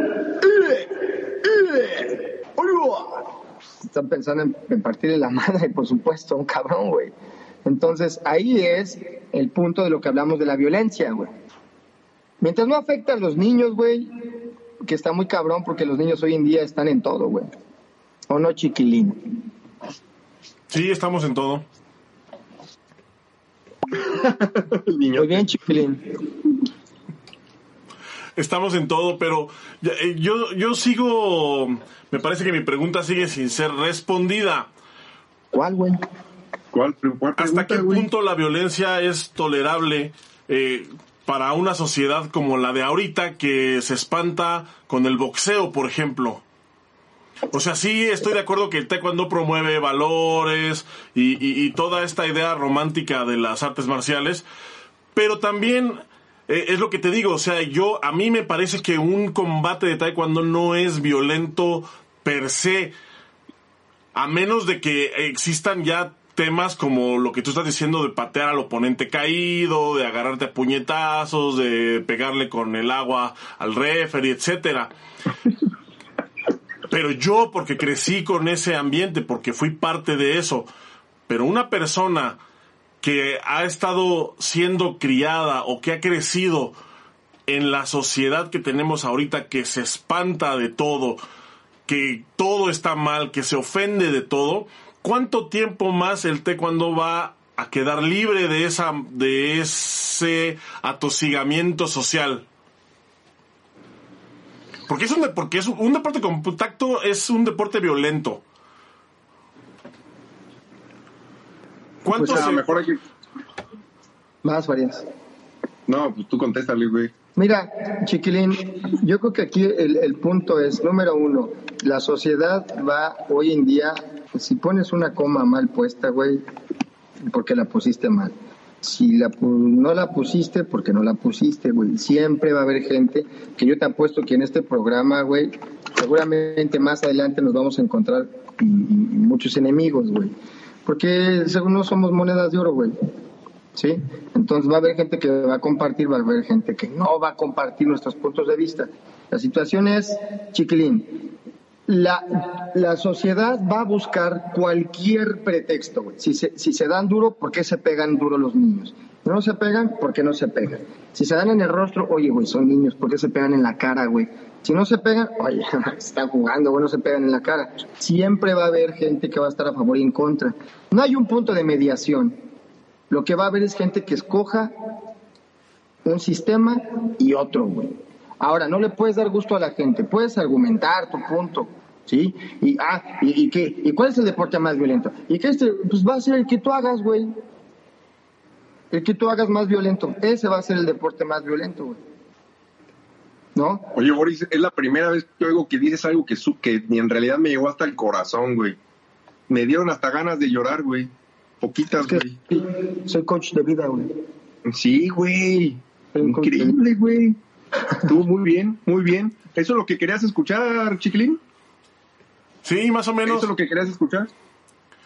Están pensando en partirle la madre, por supuesto, a un cabrón, güey. Entonces, ahí es el punto de lo que hablamos de la violencia, güey. Mientras no afecta a los niños, güey, que está muy cabrón porque los niños hoy en día están en todo, güey. ¿O no, chiquilín? Sí, estamos en todo. Muy bien, chiquilín. Estamos en todo, pero yo sigo... Me parece que mi pregunta sigue sin ser respondida. ¿Cuál, güey? ¿Cuál pregunta, ¿Hasta qué punto la violencia es tolerable para una sociedad como la de ahorita que se espanta con el boxeo, por ejemplo? O sea, sí estoy de acuerdo que el taekwondo promueve valores y toda esta idea romántica de las artes marciales, pero también... es lo que te digo, o sea, a mí me parece que un combate de taekwondo no es violento per se, a menos de que existan ya temas como lo que tú estás diciendo de patear al oponente caído, de agarrarte a puñetazos, de pegarle con el agua al referee, etcétera. Pero yo, porque crecí con ese ambiente, porque fui parte de eso, pero una persona que ha estado siendo criada o que ha crecido en la sociedad que tenemos ahorita, que se espanta de todo, que todo está mal, que se ofende de todo, ¿cuánto tiempo más el taekwondo va a quedar libre de ese atosigamiento social? Porque es un deporte con contacto, es un deporte violento. ¿Cuánto pues mejor hay que... Más varias. No, pues tú contéstale, güey. Mira, chiquilín, yo creo que aquí el punto es, número uno, la sociedad va hoy en día, si pones una coma mal puesta, güey, porque la pusiste mal. Si no la pusiste, porque no la pusiste, güey. Siempre va a haber gente, que yo te apuesto que en este programa, güey, seguramente más adelante nos vamos a encontrar y muchos enemigos, güey. Porque según no somos monedas de oro, güey. ¿Sí? Entonces va a haber gente que va a compartir, va a haber gente que no va a compartir nuestros puntos de vista. La situación es, chiquilín, la sociedad va a buscar cualquier pretexto, güey. Si se dan duro, ¿por qué se pegan duro los niños? Si no se pegan, ¿por qué no se pegan? Si se dan en el rostro, oye, güey, son niños, ¿por qué se pegan en la cara, güey? Si no se pegan, oye, están jugando, güey, no se pegan en la cara. Siempre va a haber gente que va a estar a favor y en contra. No hay un punto de mediación. Lo que va a haber es gente que escoja un sistema y otro, güey. Ahora, no le puedes dar gusto a la gente, puedes argumentar tu punto, ¿sí? ¿Y qué? ¿Y cuál es el deporte más violento? ¿Y qué pues va a ser el que tú hagas, güey. El que tú hagas más violento. Ese va a ser el deporte más violento, güey. ¿No? Oye, Boris, es la primera vez que oigo que dices algo que en realidad me llegó hasta el corazón, güey. Me dieron hasta ganas de llorar, güey. Poquitas, güey. Soy coach de vida, güey. Sí, güey. Increíble, güey. Estuvo muy bien, muy bien. ¿Eso es lo que querías escuchar, chiquilín? Sí, más o menos. ¿Eso es lo que querías escuchar?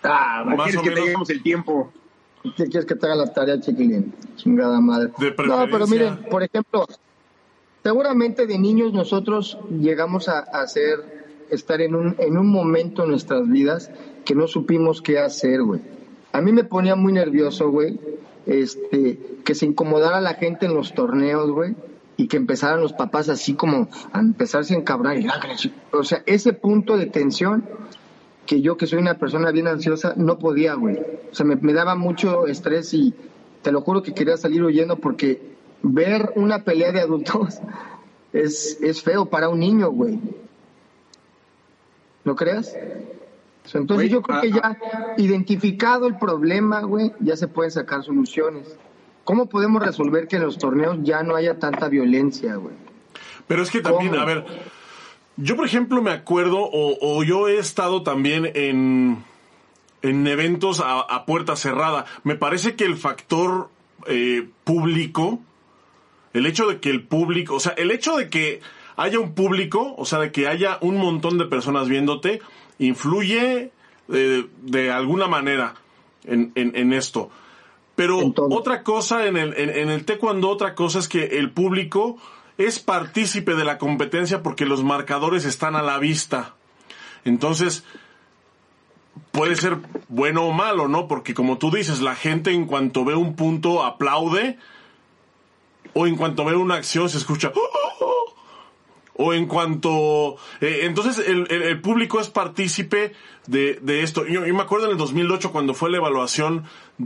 ¿Quieres que tengamos el tiempo? ¿Qué quieres que te haga la tarea, chiquilín? Chingada madre. No, pero miren, por ejemplo, seguramente de niños nosotros llegamos a estar en un momento en nuestras vidas que no supimos qué hacer, güey. A mí me ponía muy nervioso, güey, que se incomodara la gente en los torneos, güey, y que empezaran los papás así como a empezarse a encabrar. O sea, ese punto de tensión que yo, que soy una persona bien ansiosa, no podía, güey. O sea, me daba mucho estrés y te lo juro que quería salir huyendo porque ver una pelea de adultos es feo para un niño, güey. ¿No creas? O sea, entonces yo creo que ya identificado el problema, güey, ya se pueden sacar soluciones. ¿Cómo podemos resolver que en los torneos ya no haya tanta violencia, güey? Pero es que también, ¿cómo? A ver, yo por ejemplo me acuerdo, o yo he estado también en eventos a puerta cerrada. Me parece que el factor público, el hecho de que el público, o sea, el hecho de que haya un público, o sea, de que haya un montón de personas viéndote, influye de alguna manera en esto. Pero otra cosa en el taekwondo, otra cosa es que el público es partícipe de la competencia porque los marcadores están a la vista. Entonces, puede ser bueno o malo, ¿no? Porque como tú dices, la gente en cuanto ve un punto aplaude, o en cuanto ve una acción se escucha... O en cuanto... entonces el público es partícipe de esto. Yo me acuerdo en el 2008 cuando fue la evaluación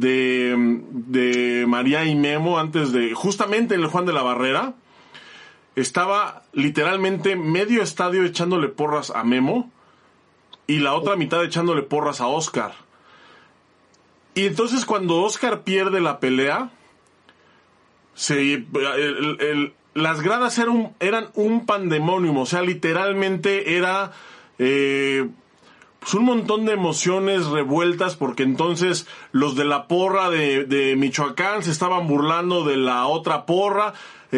de María y Memo antes de... Justamente en el Juan de la Barrera. Estaba literalmente medio estadio echándole porras a Memo y la otra mitad echándole porras a Oscar. Y entonces cuando Oscar pierde la pelea, las gradas eran un pandemonium, o sea, literalmente era pues un montón de emociones revueltas, porque entonces los de la porra de Michoacán se estaban burlando de la otra porra.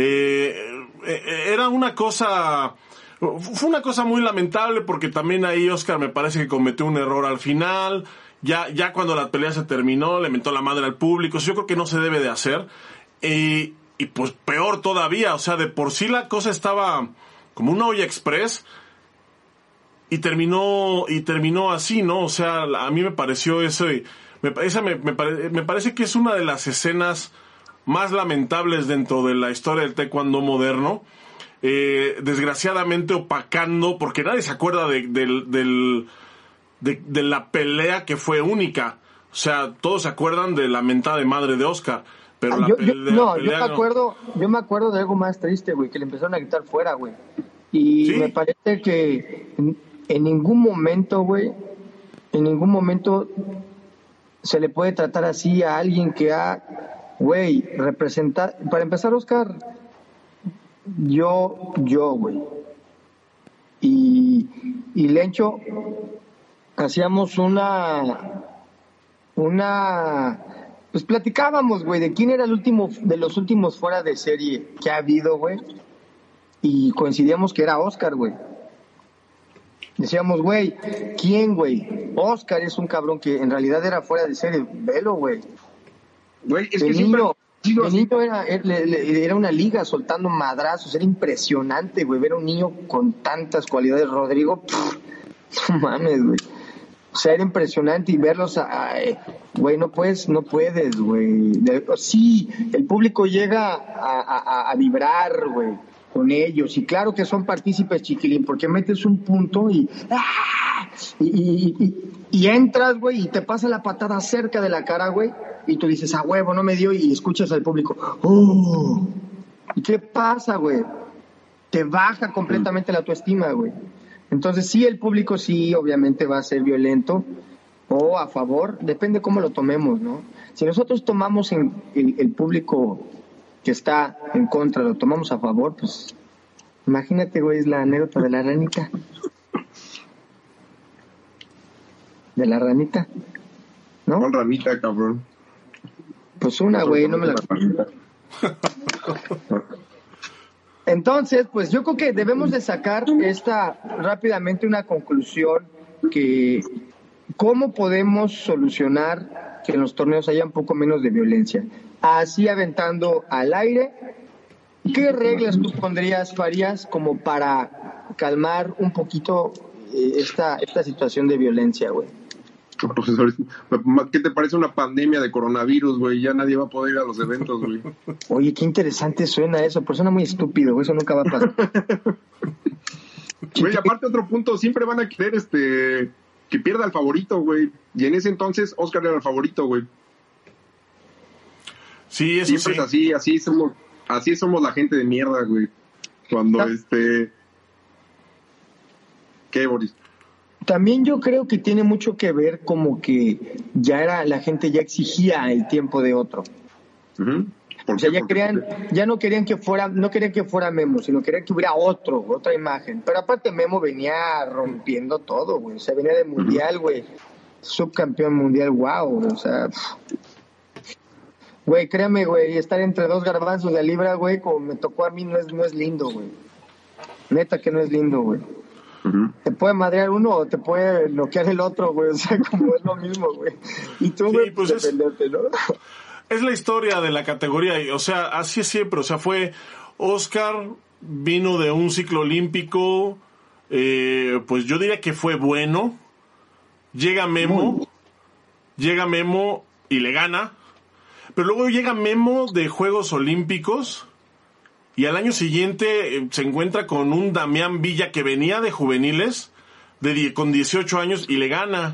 Era una cosa... Fue una cosa muy lamentable, porque también ahí Oscar me parece que cometió un error al final. Ya cuando la pelea se terminó, le mentó la madre al público. Yo creo que no se debe de hacer. Y pues peor todavía, o sea, de por sí la cosa estaba como una olla express y terminó así, ¿no? O sea, a mí me pareció me parece que es una de las escenas más lamentables dentro de la historia del taekwondo moderno, desgraciadamente opacando, porque nadie se acuerda de la pelea que fue única. O sea, todos se acuerdan de la mentada de madre de Oscar. Pero yo me acuerdo de algo más triste, güey, que le empezaron a gritar fuera, güey. Y ¿sí? Me parece que en ningún momento, güey, se le puede tratar así a alguien que güey, representar. Para empezar, Oscar, yo, güey. Y Lencho, hacíamos pues platicábamos, güey, de quién era el último, de los últimos fuera de serie que ha habido, güey. Y coincidíamos que era Oscar, güey. Decíamos, güey, ¿quién, güey? Oscar es un cabrón que en realidad era fuera de serie. Velo, güey. Güey, es que el niño era una liga soltando madrazos. Era impresionante, güey, ver a un niño con tantas cualidades. Rodrigo, no mames, güey. O sea, era impresionante y verlos, güey, no puedes, güey. Sí, el público llega a vibrar, güey, con ellos. Y claro que son partícipes, chiquilín, porque metes un punto y entras, güey, y te pasa la patada cerca de la cara, güey, y tú dices, a huevo, no me dio, y escuchas al público, ¡oh! ¿Y qué pasa, güey? Te baja completamente la autoestima, güey. Entonces sí, el público sí, obviamente va a ser violento o a favor, depende cómo lo tomemos, ¿no? Si nosotros tomamos el público que está en contra, lo tomamos a favor, pues imagínate, güey, es la anécdota de la ranita. De la ranita, ¿no? ¿Cuál ranita, cabrón? Pues una, güey, no me la... Entonces, pues yo creo que debemos de sacar rápidamente una conclusión que ¿cómo podemos solucionar que en los torneos haya un poco menos de violencia? Así aventando al aire, ¿qué reglas tú farías como para calmar un poquito esta situación de violencia, güey? Profesor, ¿qué te parece una pandemia de coronavirus, güey? Ya nadie va a poder ir a los eventos, güey. Oye, qué interesante suena eso, pero suena muy estúpido, güey, eso nunca va a pasar. Güey, aparte otro punto, siempre van a querer que pierda el favorito, güey. Y en ese entonces Oscar era el favorito, güey. Sí, eso siempre sí. es así somos la gente de mierda, güey. Cuando ¿Qué, Boris? También yo creo que tiene mucho que ver como que la gente ya exigía el tiempo de otro. Uh-huh. O sea, ya no querían que fuera Memo, sino querían que hubiera otra imagen. Pero aparte Memo venía rompiendo todo, güey. O sea, venía de mundial, güey. Subcampeón mundial, wow, o sea, güey, créame, güey, estar entre dos garbanzos de libra, güey, como me tocó a mí, no es lindo, güey. Neta que no es lindo, güey. Uh-huh. Te puede madrear uno o te puede bloquear el otro, güey. O sea, como es lo mismo, güey. Y tú, güey, pues defenderte, ¿no? Es la historia de la categoría. O sea, así es siempre. O sea, Oscar vino de un ciclo olímpico. Pues yo diría que fue bueno. Llega Memo y le gana. Pero luego llega Memo de Juegos Olímpicos. Y al año siguiente se encuentra con un Damián Villa que venía de juveniles con 18 años y le gana.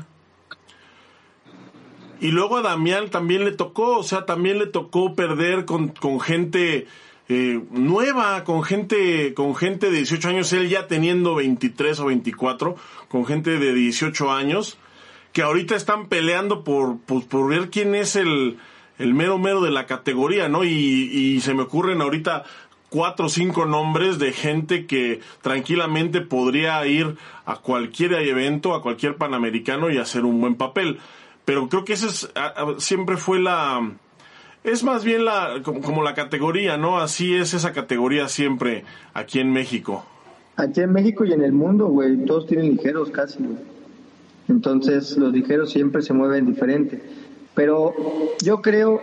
Y luego a Damián también le tocó perder con gente nueva, con gente de 18 años, él ya teniendo 23 o 24, con gente de 18 años, que ahorita están peleando por ver quién es el mero de la categoría, ¿no? Y se me ocurren ahorita 4 o 5 nombres de gente que tranquilamente podría ir a cualquier evento, a cualquier Panamericano y hacer un buen papel. Pero creo que siempre fue es más bien como la categoría, ¿no? Así es esa categoría siempre aquí en México. Aquí en México y en el mundo, güey, todos tienen ligeros casi, güey. Entonces los ligeros siempre se mueven diferente. Pero yo creo,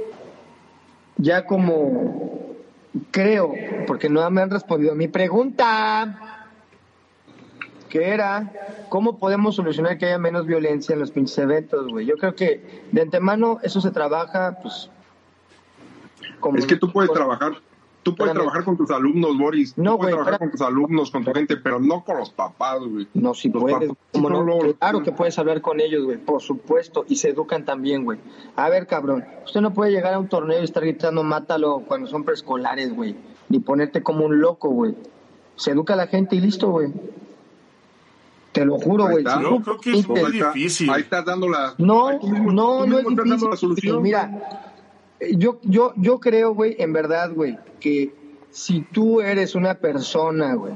porque no me han respondido a mi pregunta, que era, ¿cómo podemos solucionar que haya menos violencia en los pinches eventos, güey? Yo creo que de antemano eso se trabaja, pues... Es que tú puedes trabajar con tus alumnos, Boris. No, puedes trabajar con tus alumnos, con tu gente, pero no con los papás, güey. No, si puedes. Claro que puedes hablar con ellos, güey, por supuesto, y se educan también, güey. A ver, cabrón, usted no puede llegar a un torneo y estar gritando mátalo cuando son preescolares, güey, ni ponerte como un loco, güey. Se educa a la gente y listo, güey. Te lo juro, güey. Yo creo que es muy difícil. Ahí estás dando la... No es difícil. Mira, yo creo, güey, en verdad, güey, que si tú eres una persona, güey,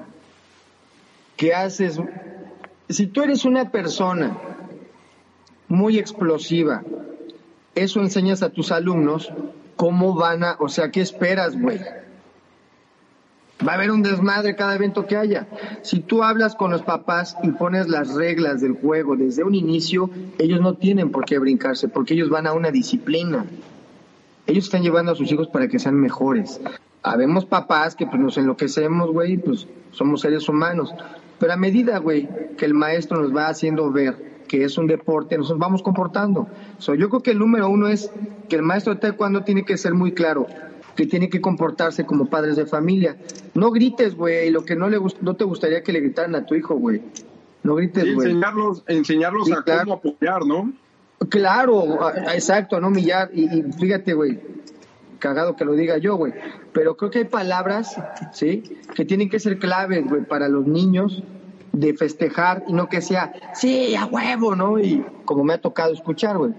si tú eres una persona muy explosiva, eso enseñas a tus alumnos cómo o sea, ¿qué esperas, güey? Va a haber un desmadre cada evento que haya. Si tú hablas con los papás y pones las reglas del juego desde un inicio, ellos no tienen por qué brincarse, porque ellos van a una disciplina. Ellos están llevando a sus hijos para que sean mejores. Habemos papás que pues nos enloquecemos, güey, pues somos seres humanos. Pero a medida, güey, que el maestro nos va haciendo ver que es un deporte, nos vamos comportando. Yo creo que el número 1 es que el maestro de taekwondo tiene que ser muy claro, que tiene que comportarse como padres de familia. No grites, güey, lo que no te gustaría que le gritaran a tu hijo, güey. No grites, güey. Enseñarlos sí, a cómo apoyar, ¿no? Claro, exacto, no humillar. Y fíjate, güey, cagado que lo diga yo, güey, pero creo que hay palabras, ¿sí?, que tienen que ser claves, güey, para los niños de festejar y no que sea, sí, a huevo, ¿no? Y como me ha tocado escuchar, güey,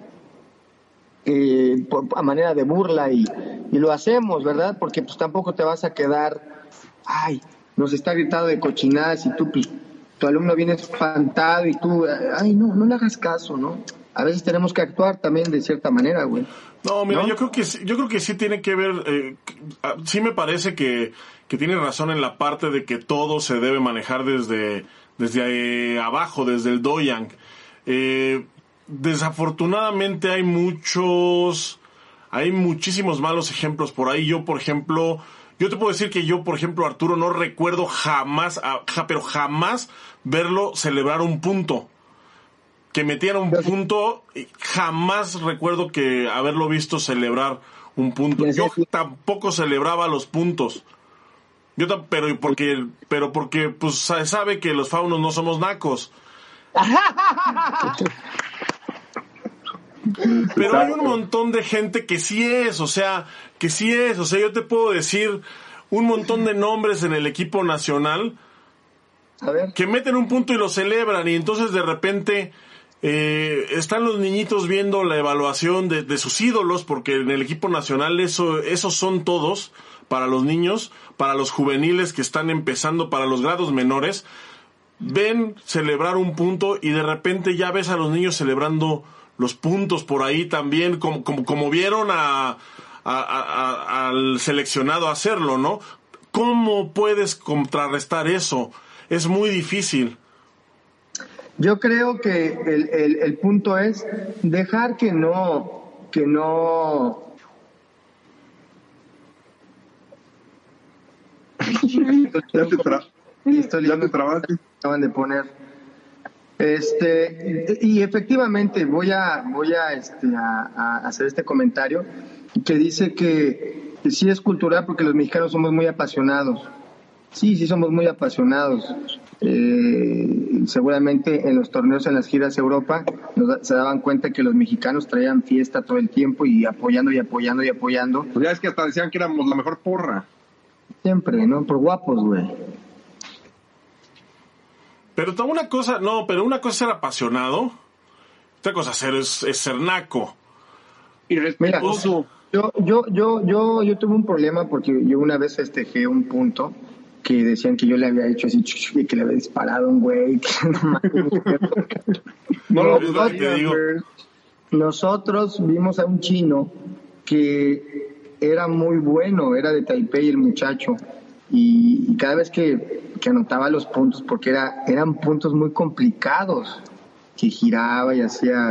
a manera de burla y lo hacemos, ¿verdad? Porque pues tampoco te vas a quedar, ay, nos está gritando de cochinadas y tú, pues, tu alumno viene espantado y tú, ay, no le hagas caso, ¿no? A veces tenemos que actuar también de cierta manera, güey. No, mira, ¿no? Yo creo que sí tiene que ver, sí me parece que tiene razón en la parte de que todo se debe manejar desde abajo, desde el doyang. desafortunadamente hay muchísimos malos ejemplos por ahí. Yo, por ejemplo, yo te puedo decir que yo, por ejemplo, Arturo, no recuerdo jamás, pero jamás verlo celebrar un punto. Que metiera un punto, jamás recuerdo que haberlo visto celebrar un punto. Yo tampoco celebraba los puntos. Pero porque pues se sabe que los faunos no somos nacos. Pero hay un montón de gente que sí es, o sea, yo te puedo decir un montón de nombres en el equipo nacional que meten un punto y lo celebran, y entonces de repente están los niñitos viendo la evaluación de sus ídolos, porque en el equipo nacional esos son todos, para los niños, para los juveniles que están empezando, para los grados menores, ven celebrar un punto y de repente ya ves a los niños celebrando los puntos por ahí también, como vieron al seleccionado hacerlo, ¿no? ¿Cómo puedes contrarrestar eso? Es muy difícil. Yo creo que el punto es dejar que no Ya te trabaste. Acaban de poner. Y efectivamente voy a hacer este comentario que dice que sí es cultural porque los mexicanos somos muy apasionados. Sí somos muy apasionados. Seguramente en los torneos, en las giras a Europa, se daban cuenta que los mexicanos traían fiesta todo el tiempo y apoyando. Pues ya es que hasta decían que éramos la mejor porra. Siempre, ¿no? Por guapos, güey. Pero una cosa es ser apasionado, otra cosa es ser naco. Y respetuoso. Mira, yo tuve un problema porque yo una vez festejé un punto que decían que yo le había hecho así, y que le había disparado a un güey. Nosotros vimos a un chino que era muy bueno, era de Taipei el muchacho, y cada vez que anotaba los puntos, porque eran puntos muy complicados, que giraba y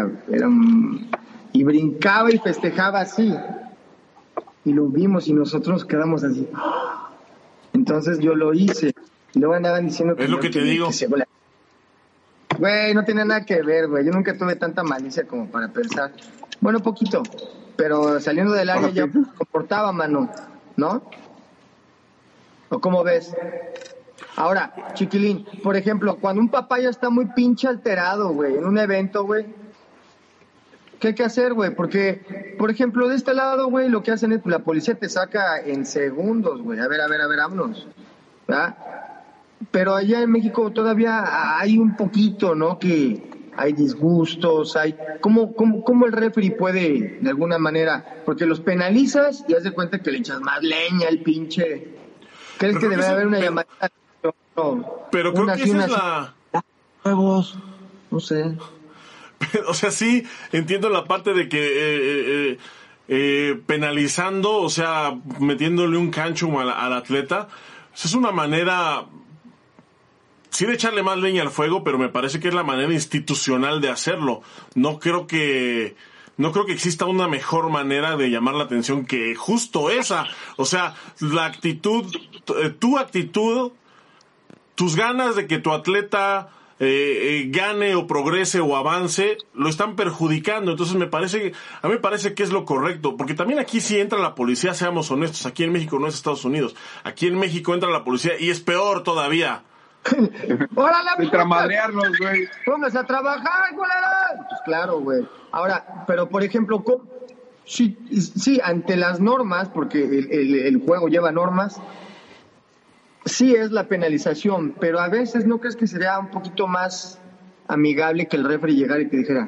y brincaba y festejaba así, y lo vimos y nosotros quedamos así. Entonces yo lo hice, y luego andaban diciendo que es lo que te digo. Güey, no tiene nada que ver, güey, yo nunca tuve tanta malicia como para pensar, bueno, poquito, pero saliendo del área ya me comportaba, mano, ¿no? ¿O cómo ves? Ahora, chiquilín, por ejemplo, cuando un papá ya está muy pinche alterado, güey, en un evento, güey, ¿qué hay que hacer, güey? Porque, por ejemplo, de este lado, güey, lo que hacen es, la policía te saca en segundos, güey, a ver, vámonos, ¿verdad? Pero allá en México todavía hay un poquito, ¿no? Que hay disgustos, ¿cómo el referee puede, de alguna manera, porque los penalizas y haz de cuenta que le echas más leña al pinche. ¿Crees que debe haber una llamada? Pero creo que esa es la... Huevos, no sé. O sea, sí, entiendo la parte de que penalizando, o sea, metiéndole un cancho al atleta, eso es una manera... Sí, de echarle más leña al fuego, pero me parece que es la manera institucional de hacerlo. No creo que exista una mejor manera de llamar la atención que justo esa. O sea, la actitud, tu actitud, tus ganas de que tu atleta gane o progrese o avance, lo están perjudicando. Entonces a mí me parece que es lo correcto, porque también aquí sí entra la policía, seamos honestos, aquí en México no es Estados Unidos. Aquí en México entra la policía y es peor todavía. ¡Órale, para madrearnos, güey! ¡Póngase a trabajar, güey! Pues claro, güey. Ahora, pero por ejemplo, sí, ante las normas, porque el juego lleva normas, sí es la penalización, pero a veces ¿no crees que sería un poquito más amigable que el referee llegara y te dijera: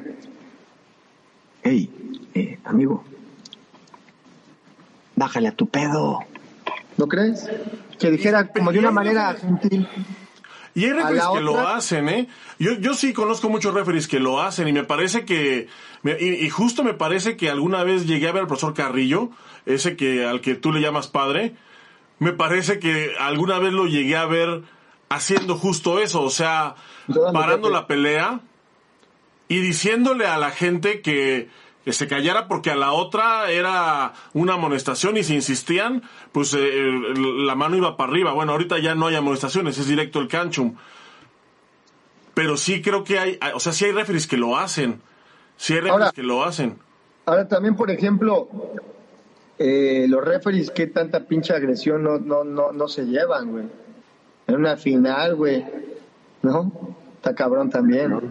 hey, amigo, bájale a tu pedo? ¿No crees? Que dijera como de una manera gentil. Y hay referees que lo hacen, ¿eh? Yo sí conozco muchos referees que lo hacen y me parece que... Y justo me parece que alguna vez llegué a ver al profesor Carrillo, al que tú le llamas padre, me parece que alguna vez lo llegué a ver haciendo justo eso, o sea, parando la pelea y diciéndole a la gente que se callara porque a la otra era una amonestación y si insistían, pues la mano iba para arriba. Bueno, ahorita ya no hay amonestaciones, es directo el canchum. Pero sí creo que hay, o sea, sí hay referees que lo hacen. Sí hay referees que lo hacen. Ahora también, por ejemplo, los referees, qué tanta pinche agresión no se llevan, güey. En una final, güey, ¿no? Está cabrón también, ¿no?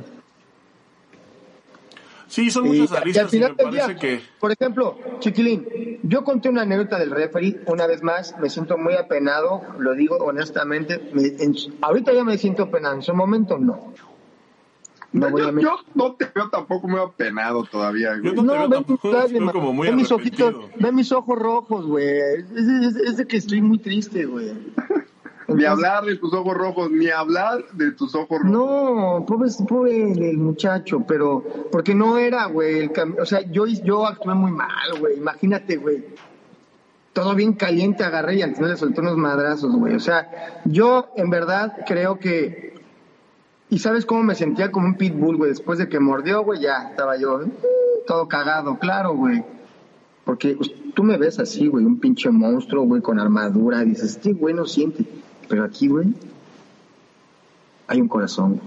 Sí, son muchas aristas y me parece día, que... Por ejemplo, Chiquilín, yo conté una anécdota del referee, una vez más, me siento muy apenado, lo digo honestamente, ahorita ya me siento apenado, en su momento no. Yo no te veo tampoco muy apenado todavía, güey. Yo no te veo tampoco, veo como muy mis arrepentido. ojitos, ve mis ojos rojos, güey, es de que estoy muy triste, güey. Ni hablar de tus ojos rojos, ni hablar de tus ojos rojos. No, pobre el muchacho, pero porque no era, güey, o sea, yo actué muy mal, güey, imagínate, güey, todo bien caliente agarré y antes no le solté unos madrazos, güey, o sea, yo en verdad creo que, y sabes cómo me sentía como un pitbull, güey, después de que mordió, güey, ya estaba yo todo cagado, claro, güey, porque pues, tú me ves así, güey, un pinche monstruo, güey, con armadura, dices, este güey no siente. Pero aquí, güey, hay un corazón.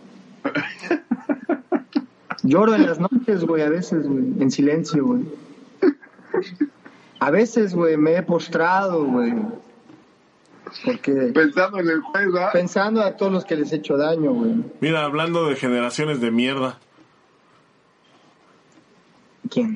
Lloro en las noches, güey, a veces, güey, en silencio, güey. A veces, güey, me he postrado, güey. Porque... Pensando en el juez, ¿verdad? Pensando a todos los que les he hecho daño, güey. Mira, hablando de generaciones de mierda. ¿Quién?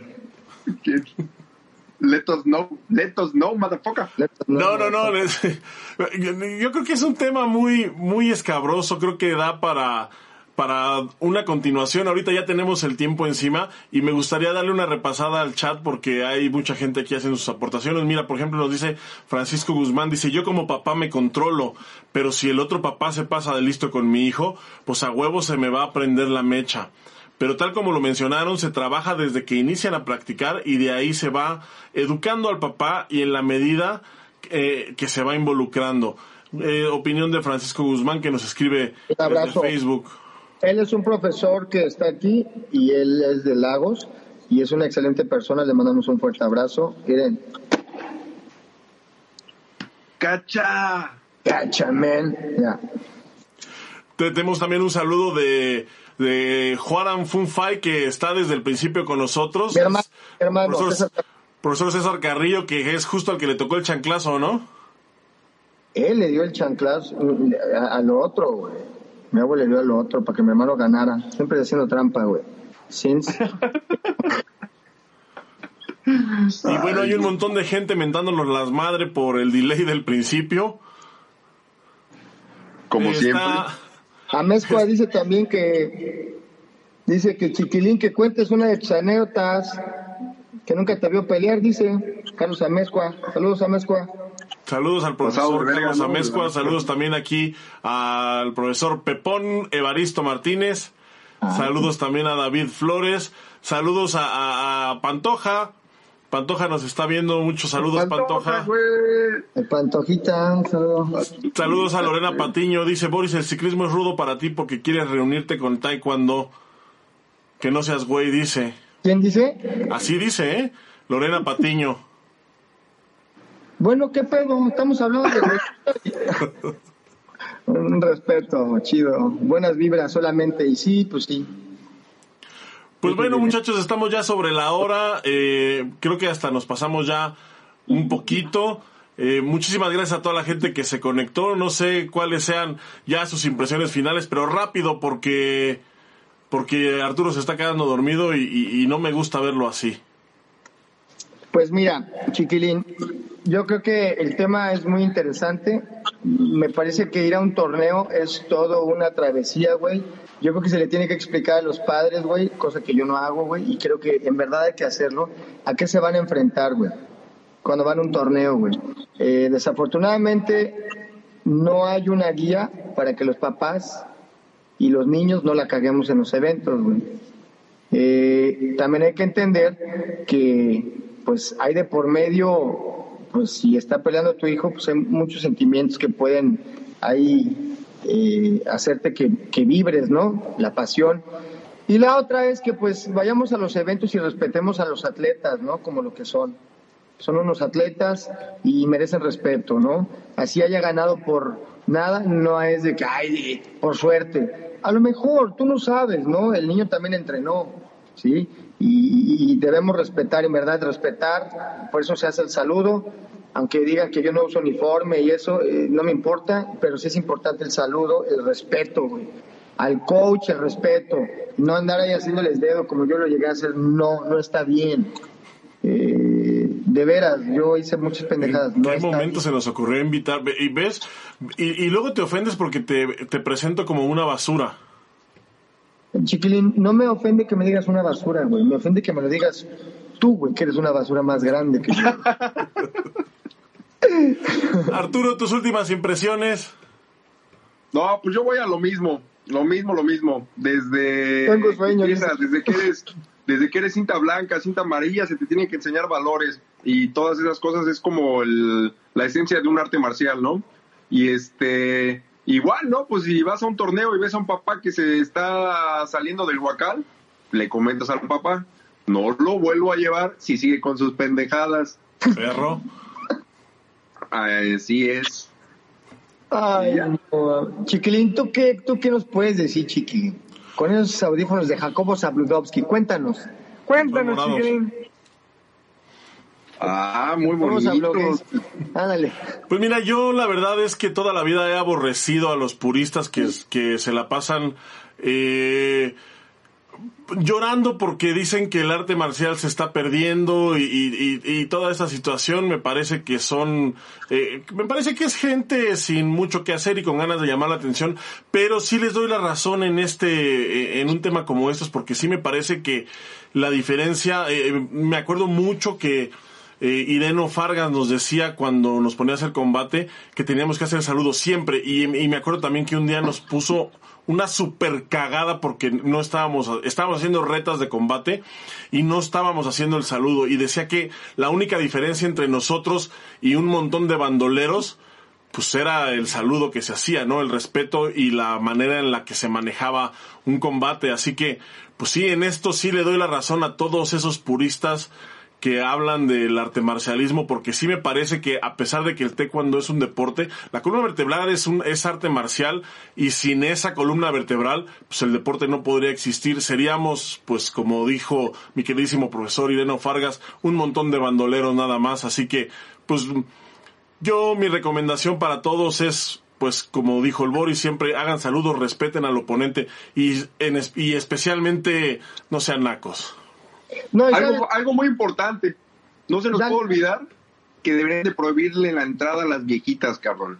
Let us know, motherfucker. No. Yo creo que es un tema muy escabroso. Creo que da para una continuación. Ahorita ya tenemos el tiempo encima y me gustaría darle una repasada al chat porque hay mucha gente aquí haciendo sus aportaciones. Mira, por ejemplo, nos dice Francisco Guzmán, dice, yo como papá me controlo, pero si el otro papá se pasa de listo con mi hijo, pues a huevo se me va a prender la mecha. Pero tal como lo mencionaron, se trabaja desde que inician a practicar y de ahí se va educando al papá y en la medida que se va involucrando. Opinión de Francisco Guzmán que nos escribe desde Facebook. Él es un profesor que está aquí y él es de Lagos y es una excelente persona. Le mandamos un fuerte abrazo. Miren. ¡Cacha, man! Ya. Tenemos también un saludo de Juan Funfay, que está desde el principio con nosotros. Mi hermano profesor César Carrillo, que es justo al que le tocó el chanclazo, ¿no? Él le dio el chanclazo a lo otro, güey. Mi abuelo le dio a lo otro para que mi hermano ganara. Siempre haciendo trampa, güey. Y bueno, hay un montón de gente mentándonos las madres por el delay del principio. Como siempre. Amezcua dice también que Chiquilín que cuentes una de tus anécdotas que nunca te vio pelear, dice Carlos Amezcua. Saludos, Amezcua. Saludos al profesor Carlos Amezcua, saludos también aquí al profesor Pepón Evaristo Martínez, saludos también a David Flores, saludos a Pantoja. Pantoja nos está viendo, muchos saludos, Pantoja. El Pantojita, saludos a Lorena Patiño, dice Boris, el ciclismo es rudo para ti porque quieres reunirte con Taekwondo. Que no seas güey, dice. ¿Quién dice? Así dice, Lorena Patiño. Bueno, ¿qué pedo? Estamos hablando de... Un respeto, chido. Buenas vibras solamente, y sí, pues sí. Pues bueno, muchachos, estamos ya sobre la hora. Creo que hasta nos pasamos ya un poquito. Muchísimas gracias a toda la gente que se conectó. No sé cuáles sean ya sus impresiones finales, pero rápido porque Arturo se está quedando dormido y no me gusta verlo así. Pues mira, Chiquilín, yo creo que el tema es muy interesante. Me parece que ir a un torneo es todo una travesía, güey. Yo creo que se le tiene que explicar a los padres, güey, cosa que yo no hago, güey, y creo que en verdad hay que hacerlo. ¿A qué se van a enfrentar, güey? Cuando van a un torneo, güey. Desafortunadamente, no hay una guía para que los papás y los niños no la caguemos en los eventos, güey. También hay que entender que, pues, hay de por medio, pues, si está peleando tu hijo, pues hay muchos sentimientos que pueden ahí hacerte que vibres, ¿no? La pasión. Y la otra es que pues vayamos a los eventos y respetemos a los atletas, ¿no? Como lo que son. Son unos atletas y merecen respeto, ¿no? Así haya ganado por nada, no es de que, ay, por suerte. A lo mejor, tú no sabes, ¿no? El niño también entrenó, ¿sí? Y debemos respetar, en verdad, respetar. Por eso se hace el saludo. Aunque digan que yo no uso uniforme y eso, no me importa, pero sí es importante el saludo, el respeto, güey. Al coach, el respeto. No andar ahí haciéndoles dedo como yo lo llegué a hacer, no está bien. De veras, yo hice muchas pendejadas. ¿En qué momento se nos ocurrió invitar? Y ves, y luego te ofendes porque te presento como una basura. Chiquilín, no me ofende que me digas una basura, güey. Me ofende que me lo digas tú, güey, que eres una basura más grande que yo. Arturo, tus últimas impresiones. No, pues yo voy a lo mismo. Tengo sueño, desde que eres cinta blanca, cinta amarilla, se te tienen que enseñar valores y todas esas cosas. Es como la esencia de un arte marcial, ¿no? Y igual, ¿no? Pues si vas a un torneo y ves a un papá que se está saliendo del huacal, le comentas al papá, no lo vuelvo a llevar si sigue con sus pendejadas. Perro. Así es. Ay, no. Chiquilín, ¿tú qué nos puedes decir, Chiquilín? Con esos audífonos de Jacobo Zabludovsky, cuéntanos, Chiquilín. Muy bonito. Ándale. Pues mira, yo la verdad es que toda la vida he aborrecido a los puristas que se la pasan llorando porque dicen que el arte marcial se está perdiendo y toda esa situación. Me parece que es gente sin mucho que hacer y con ganas de llamar la atención, pero sí les doy la razón en un tema como estos, porque sí me parece que la diferencia, me acuerdo mucho que Ireno Fargas nos decía cuando nos ponía a hacer combate que teníamos que hacer el saludo siempre, y me acuerdo también que un día nos puso una super cagada porque no estábamos haciendo retas de combate y no estábamos haciendo el saludo, y decía que la única diferencia entre nosotros y un montón de bandoleros pues era el saludo que se hacía, ¿no? El respeto y la manera en la que se manejaba un combate. Así que pues sí, en esto sí le doy la razón a todos esos puristas que hablan del arte marcialismo, porque sí me parece que a pesar de que el taekwondo es un deporte, la columna vertebral es arte marcial, y sin esa columna vertebral pues el deporte no podría existir. Seríamos, pues como dijo mi queridísimo profesor Ireno Fargas, un montón de bandoleros nada más. Así que pues mi recomendación para todos es, pues como dijo el Boris, siempre hagan saludos, respeten al oponente y especialmente no sean nacos. No, algo muy importante, no se nos puede olvidar que deberían de prohibirle la entrada a las viejitas, cabrón.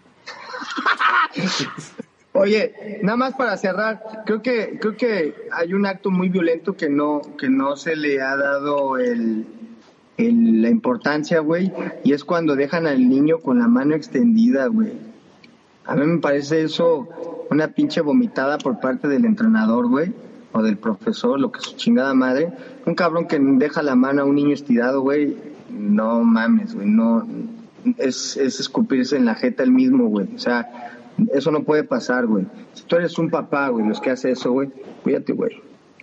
Oye, nada más para cerrar, creo que hay un acto muy violento que no se le ha dado la importancia, güey, y es cuando dejan al niño con la mano extendida, güey. A mí me parece eso una pinche vomitada por parte del entrenador, güey, o del profesor, lo que es su chingada madre. Un cabrón que deja la mano a un niño estirado, güey, no mames, güey, no, es escupirse en la jeta el mismo, güey. O sea, eso no puede pasar, güey. Si tú eres un papá, güey, los que hace eso, güey, cuídate, güey.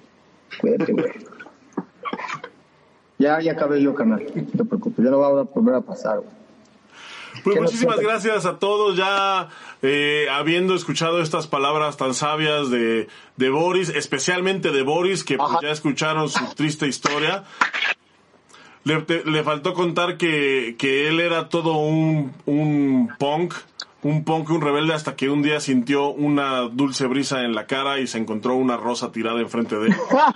Ya acabé yo, carnal, no te preocupes, ya no va a volver a pasar, güey. Pues muchísimas gracias a todos, ya habiendo escuchado estas palabras tan sabias de Boris, especialmente de Boris, que pues, ya escucharon su triste historia. Le faltó contar que él era todo un punk, un rebelde, hasta que un día sintió una dulce brisa en la cara y se encontró una rosa tirada enfrente de él.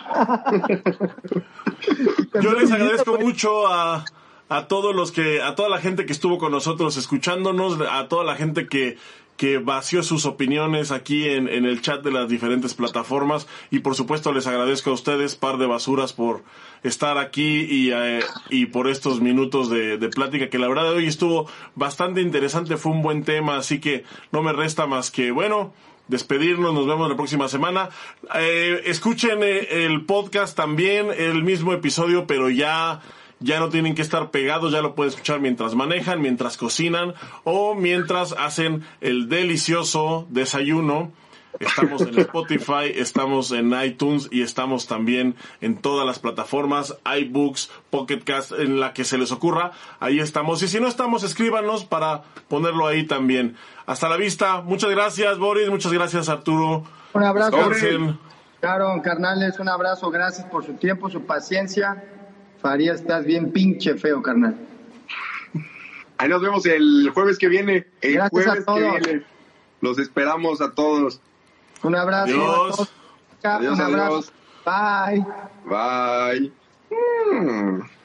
Yo les agradezco mucho a toda la gente que estuvo con nosotros escuchándonos, a toda la gente que vació sus opiniones aquí en el chat de las diferentes plataformas, y por supuesto les agradezco a ustedes, par de basuras, por estar aquí y por estos minutos de plática, que la verdad hoy estuvo bastante interesante, fue un buen tema, así que no me resta más que, bueno, despedirnos. Nos vemos la próxima semana. Escuchen el podcast también, el mismo episodio, pero ya no tienen que estar pegados, ya lo pueden escuchar mientras manejan, mientras cocinan o mientras hacen el delicioso desayuno Estamos en Spotify, estamos en iTunes y estamos también en todas las plataformas, iBooks, Pocket Cast, en la que se les ocurra. Ahí estamos. Y si no estamos, escríbanos para ponerlo ahí también. Hasta la vista. Muchas gracias, Boris. Muchas gracias, Arturo. Un abrazo. Descansen. Claro, carnales, un abrazo. Gracias por su tiempo, su paciencia. Farías, estás bien pinche feo, carnal. Ahí nos vemos el jueves que viene. El Gracias jueves a todos. que viene. Los esperamos a todos. Un abrazo. Adiós. Un abrazo. Adiós. Bye. Bye.